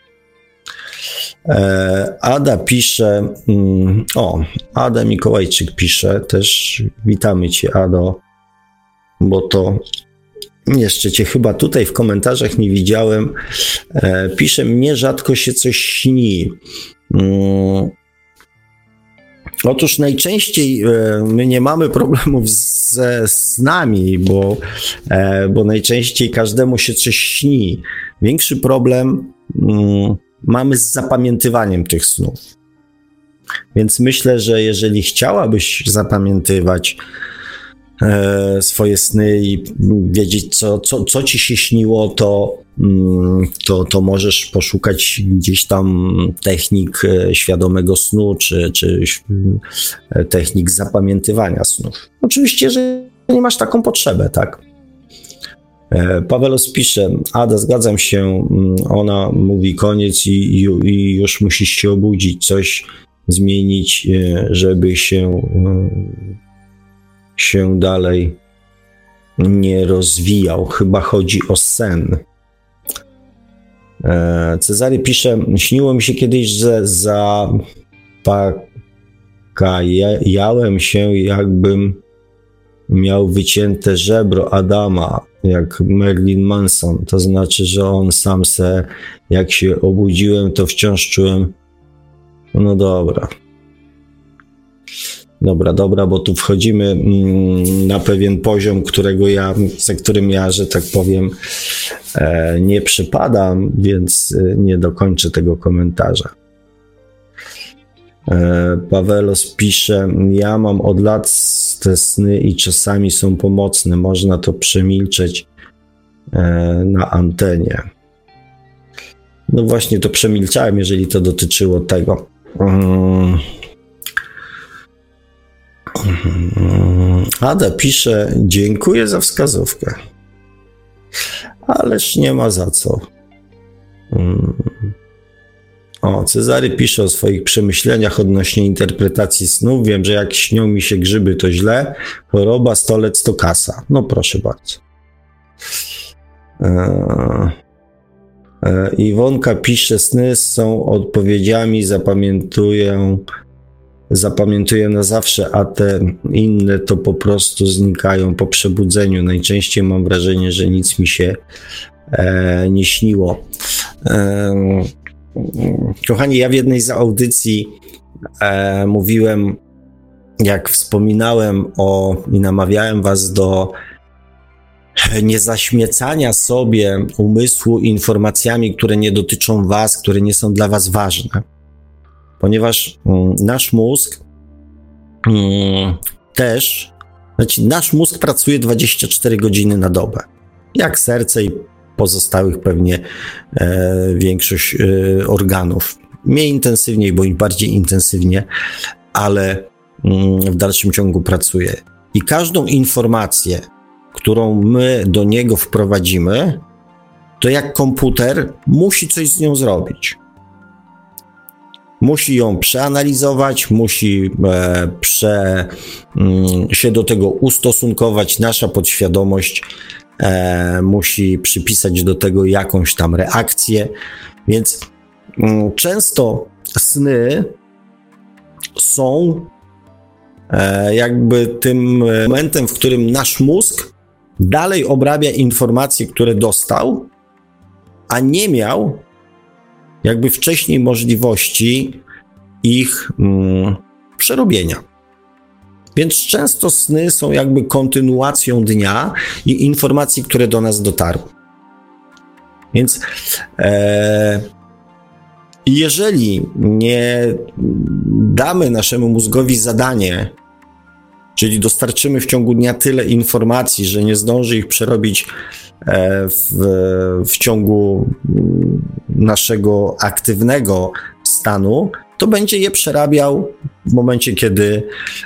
Ada pisze, Ada Mikołajczyk pisze też, witamy Cię, Ado, bo to Jeszcze cię chyba tutaj w komentarzach nie widziałem. Pisze, mnie rzadko się coś śni. Otóż najczęściej my nie mamy problemów ze snami, bo najczęściej każdemu się coś śni. Większy problem mamy z zapamiętywaniem tych snów. Więc myślę, że jeżeli chciałabyś zapamiętywać swoje sny i wiedzieć, co ci się śniło, to możesz poszukać gdzieś tam technik świadomego snu, czy technik zapamiętywania snów. Oczywiście, że nie masz taką potrzebę, tak? Pawelos pisze, Ada, zgadzam się, ona mówi koniec i już musisz się obudzić, coś zmienić, żeby się dalej nie rozwijał. Chyba chodzi o sen. Cezary pisze, śniło mi się kiedyś, że zapakajałem się, jakbym miał wycięte żebro Adama, jak Marilyn Manson. To znaczy, że on sam se, jak się obudziłem, to wciąż czułem. No dobra. Dobra, bo tu wchodzimy na pewien poziom, za którym ja, że tak powiem, nie przypadam, więc nie dokończę tego komentarza. Pawelos pisze, ja mam od lat te sny i czasami są pomocne, można to przemilczeć na antenie. No właśnie to przemilczałem, jeżeli to dotyczyło tego. Ada pisze, dziękuję za wskazówkę. Ależ nie ma za co. Cezary pisze o swoich przemyśleniach odnośnie interpretacji snów. Wiem, że jak śnią mi się grzyby, to źle. Choroba, stolec to kasa. No proszę bardzo. Iwonka pisze, sny są odpowiedziami, zapamiętuję na zawsze, a te inne to po prostu znikają po przebudzeniu. Najczęściej mam wrażenie, że nic mi się nie śniło. Kochani, ja w jednej z audycji mówiłem, jak wspominałem i namawiałem was do niezaśmiecania sobie umysłu informacjami, które nie dotyczą was, które nie są dla was ważne. Ponieważ nasz mózg nasz mózg pracuje 24 godziny na dobę. Jak serce i pozostałych pewnie większość organów. Mniej intensywniej, bo im bardziej intensywnie, ale w dalszym ciągu pracuje. I każdą informację, którą my do niego wprowadzimy, to jak komputer musi coś z nią zrobić. Musi ją przeanalizować, musi się do tego ustosunkować. Nasza podświadomość musi przypisać do tego jakąś tam reakcję. Więc często sny są jakby tym momentem, w którym nasz mózg dalej obrabia informacje, które dostał, a nie miał jakby wcześniej możliwości ich przerobienia. Więc często sny są jakby kontynuacją dnia i informacji, które do nas dotarły. Więc jeżeli nie damy naszemu mózgowi zadanie, czyli dostarczymy w ciągu dnia tyle informacji, że nie zdąży ich przerobić w ciągu naszego aktywnego stanu, to będzie je przerabiał w momencie, kiedy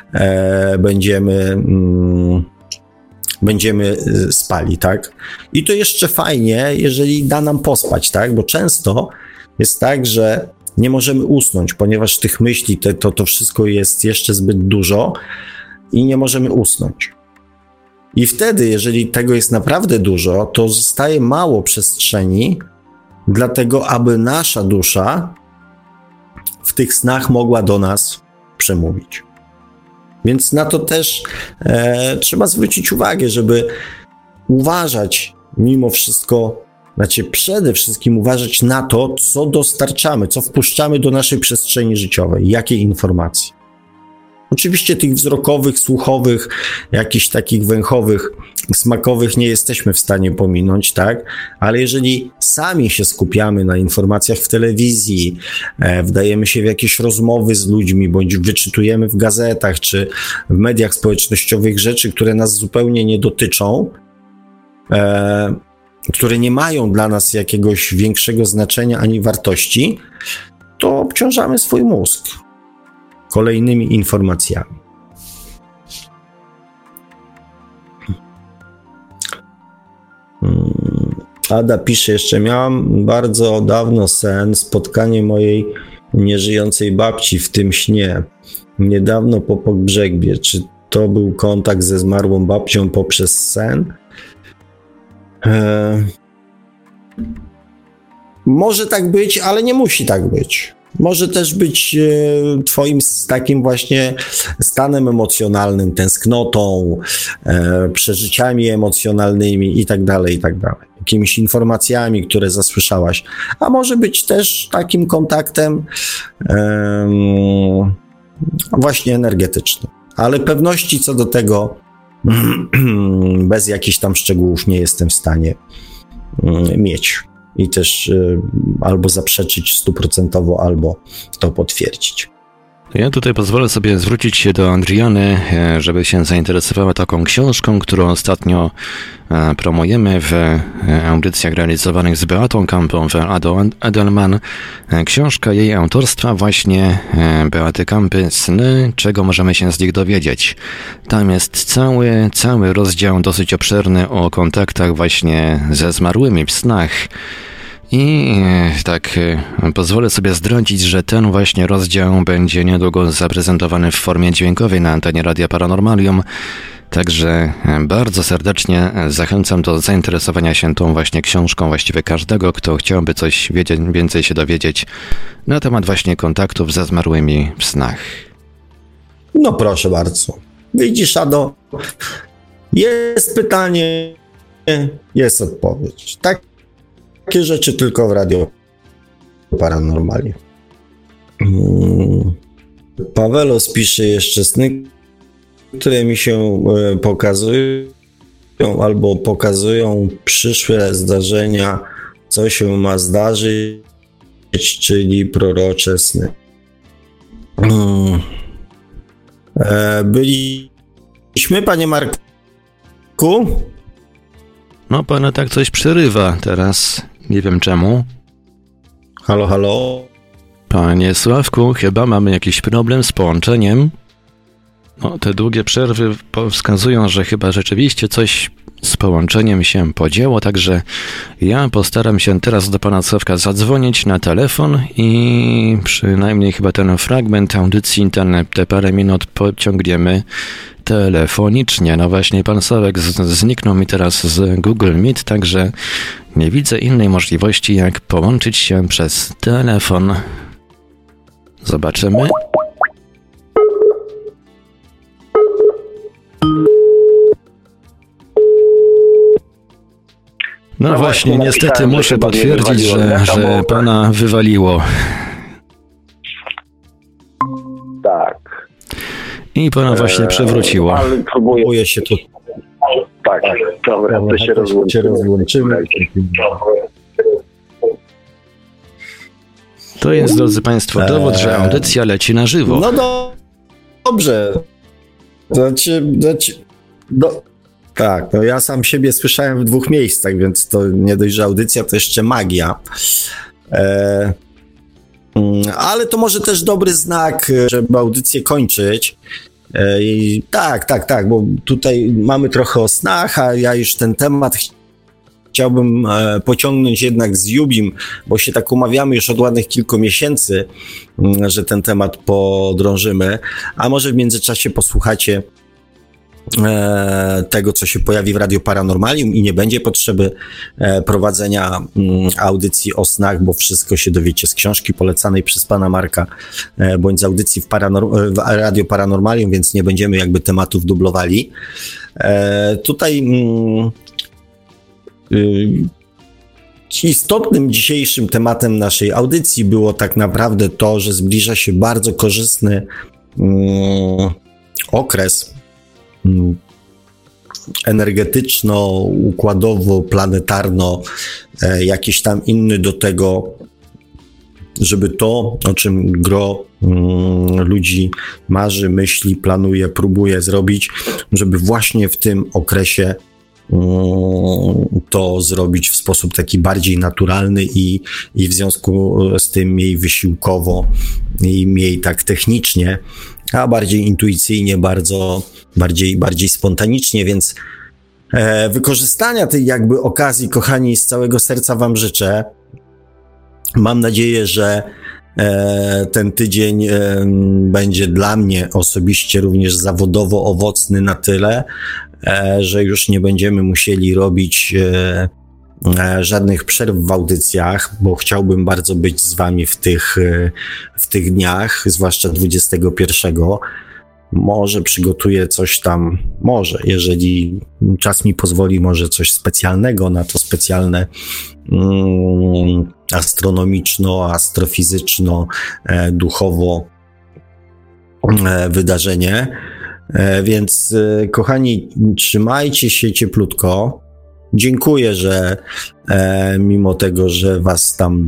będziemy spali, tak? I to jeszcze fajnie, jeżeli da nam pospać, tak? Bo często jest tak, że nie możemy usnąć, ponieważ tych myśli, to wszystko jest jeszcze zbyt dużo i nie możemy usnąć. I wtedy, jeżeli tego jest naprawdę dużo, to zostaje mało przestrzeni dla tego, aby nasza dusza w tych snach mogła do nas przemówić. Więc na to też trzeba zwrócić uwagę, żeby uważać mimo wszystko, znaczy przede wszystkim uważać na to, co dostarczamy, co wpuszczamy do naszej przestrzeni życiowej, jakie informacje. Oczywiście tych wzrokowych, słuchowych, jakichś takich węchowych, smakowych nie jesteśmy w stanie pominąć, tak? Ale jeżeli sami się skupiamy na informacjach w telewizji, wdajemy się w jakieś rozmowy z ludźmi, bądź wyczytujemy w gazetach czy w mediach społecznościowych rzeczy, które nas zupełnie nie dotyczą, które nie mają dla nas jakiegoś większego znaczenia ani wartości, to obciążamy swój mózg kolejnymi informacjami. Ada pisze jeszcze, miałam bardzo dawno sen, spotkanie mojej nieżyjącej babci w tym śnie. Niedawno po pogrzebie. Czy to był kontakt ze zmarłą babcią poprzez sen? Może tak być, ale nie musi tak być. Może też być twoim takim właśnie stanem emocjonalnym, tęsknotą, przeżyciami emocjonalnymi i tak dalej, jakimiś informacjami, które zasłyszałaś. A może być też takim kontaktem właśnie energetycznym. Ale pewności co do tego bez jakichś tam szczegółów nie jestem w stanie mieć. I też albo zaprzeczyć 100%, albo to potwierdzić. Ja tutaj pozwolę sobie zwrócić się do Adriany, żeby się zainteresowała taką książką, którą ostatnio promujemy w audycjach realizowanych z Beatą Kampą, w Adą Edelman. Książka jej autorstwa właśnie Beaty Kampy, Sny, czego możemy się z nich dowiedzieć. Tam jest cały rozdział dosyć obszerny o kontaktach właśnie ze zmarłymi w snach. I tak pozwolę sobie zdradzić, że ten właśnie rozdział będzie niedługo zaprezentowany w formie dźwiękowej na antenie Radia Paranormalium. Także bardzo serdecznie zachęcam do zainteresowania się tą właśnie książką właściwie każdego, kto chciałby coś więcej się dowiedzieć na temat właśnie kontaktów ze zmarłymi w snach. No proszę bardzo. Widzisz, Ado, jest pytanie, jest odpowiedź. Takie rzeczy tylko w Radio Paranormalium. Pawelos pisze jeszcze, sny, które mi się pokazują albo pokazują przyszłe zdarzenia, co się ma zdarzyć, czyli prorocze sny. Byliśmy, panie Marku? No, pana tak coś przerywa teraz. Nie wiem czemu. Halo, halo? Panie Sławku, chyba mamy jakiś problem z połączeniem. No, te długie przerwy wskazują, że chyba rzeczywiście coś z połączeniem się podziało, także ja postaram się teraz do pana Sławka zadzwonić na telefon i przynajmniej chyba ten fragment audycji, te parę minut pociągniemy telefonicznie. No właśnie, pan Sławek zniknął mi teraz z Google Meet, także nie widzę innej możliwości, jak połączyć się przez telefon. Zobaczymy. No właśnie, niestety muszę potwierdzić, że pana wywaliło. Tak. I pana właśnie przewróciło. Ale próbuję się tu. Tak, dobra, to się rozłączymy. To jest, drodzy państwo, dowód, że audycja leci na żywo. No dobrze. Tak, no ja sam siebie słyszałem w 2 miejscach, więc to nie dość, że audycja, to jeszcze magia. Ale to może też dobry znak, żeby audycję kończyć. Tak, bo tutaj mamy trochę o snach, a ja już ten temat chciałbym pociągnąć jednak z Jubim, bo się tak umawiamy już od ładnych kilku miesięcy, że ten temat podrążymy, a może w międzyczasie posłuchacie tego, co się pojawi w Radio Paranormalium i nie będzie potrzeby prowadzenia audycji o snach, bo wszystko się dowiecie z książki polecanej przez pana Marka, bądź z audycji w Radio Paranormalium, więc nie będziemy jakby tematów dublowali. Tutaj Istotnym dzisiejszym tematem naszej audycji było tak naprawdę to, że zbliża się bardzo korzystny okres energetyczno, układowo, planetarno, jakiś tam inny do tego, żeby to, o czym gro ludzi marzy, myśli, planuje, próbuje zrobić, żeby właśnie w tym okresie to zrobić w sposób taki bardziej naturalny i w związku z tym mniej wysiłkowo i mniej tak technicznie, a bardziej intuicyjnie, bardziej spontanicznie, więc wykorzystania tej jakby okazji, kochani, z całego serca wam życzę. Mam nadzieję, że ten tydzień będzie dla mnie osobiście również zawodowo owocny na tyle, że już nie będziemy musieli robić żadnych przerw w audycjach, bo chciałbym bardzo być z wami w tych dniach, zwłaszcza 21. Może przygotuję coś tam, jeżeli czas mi pozwoli, może coś specjalnego, na to specjalne astronomiczno, astrofizyczno, duchowo wydarzenie. Więc kochani, trzymajcie się cieplutko. Dziękuję, że mimo tego, że was tam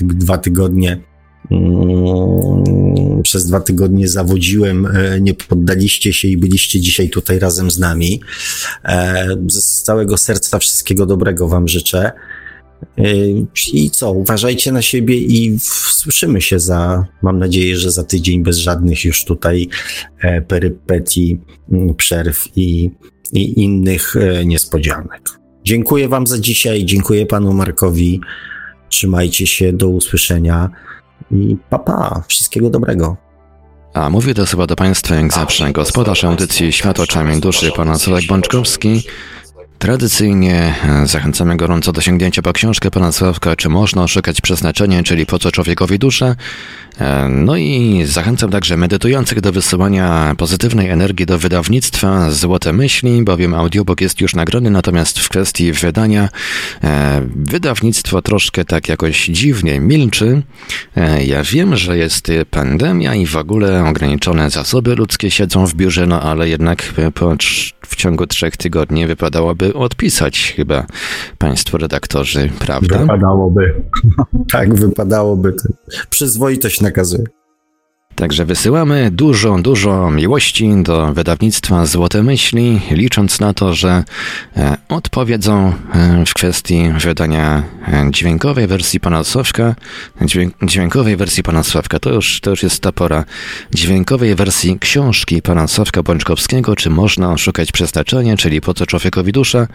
przez 2 tygodnie zawodziłem, nie poddaliście się i byliście dzisiaj tutaj razem z nami. Z całego serca wszystkiego dobrego wam życzę. I co, uważajcie na siebie i słyszymy się mam nadzieję, że za tydzień bez żadnych już tutaj perypetii, przerw i innych niespodzianek. Dziękuję wam za dzisiaj, dziękuję panu Markowi, trzymajcie się, do usłyszenia i pa, wszystkiego dobrego. A mówię to słowa do państwa jak zawsze gospodarz audycji Świat oczami duszy, pan Sławek Bączkowski. Tradycyjnie zachęcamy gorąco do sięgnięcia po książkę pana Sławka, Czy można szukać przeznaczenia, czyli Po co człowiekowi dusza. No i zachęcam także medytujących do wysyłania pozytywnej energii do wydawnictwa Złote Myśli, bowiem audiobook jest już nagrany, natomiast w kwestii wydania wydawnictwo troszkę tak jakoś dziwnie milczy. Ja wiem, że jest pandemia i w ogóle ograniczone zasoby ludzkie siedzą w biurze, no ale jednak w ciągu 3 tygodni wypadałoby odpisać chyba państwo redaktorzy, prawda? Wypadałoby. Tak, wypadałoby. Przyzwoitość nakazuje. Także wysyłamy dużo miłości do wydawnictwa Złote Myśli, licząc na to, że odpowiedzą w kwestii wydania dźwiękowej wersji pana Sławka. Dźwiękowej wersji pana Sławka, to już jest ta pora. Dźwiękowej wersji książki pana Sławka Bączkowskiego, Czy można szukać przeznaczenia, czyli Po co człowiekowi dusza.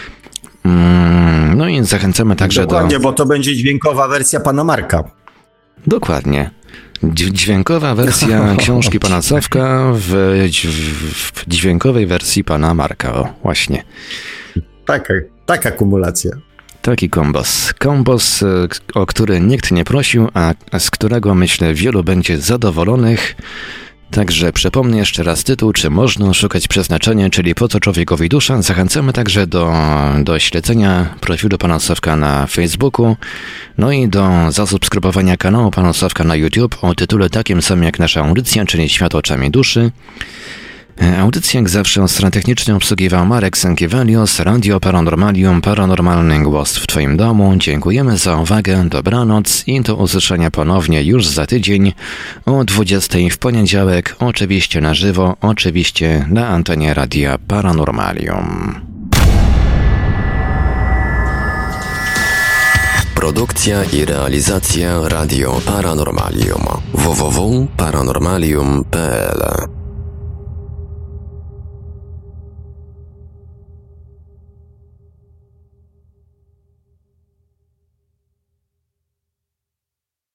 No i zachęcamy także Dokładnie, bo to będzie dźwiękowa wersja pana Marka. Dokładnie. Dźwiękowa wersja książki pana Sławka w dźwiękowej wersji pana Marka. O, właśnie. Taka kumulacja. Taki kombos. Kombos, o który nikt nie prosił, a z którego, myślę, wielu będzie zadowolonych. Także przypomnę jeszcze raz tytuł, Czy można szukać przeznaczenia, czyli Po co człowiekowi dusza. Zachęcamy także do śledzenia profilu pana Sławka na Facebooku, no i do zasubskrybowania kanału pana Sławka na YouTube o tytule takim samym jak nasza audycja, czyli Świat oczami duszy. Audycję jak zawsze od strony technicznej obsługiwał Marek Sękiewelios, Radio Paranormalium, paranormalny głos w twoim domu. Dziękujemy za uwagę, dobranoc i do usłyszenia ponownie już za tydzień o 20 w poniedziałek, oczywiście na żywo, oczywiście na antenie Radia Paranormalium. Produkcja i realizacja Radio Paranormalium. www.paranormalium.pl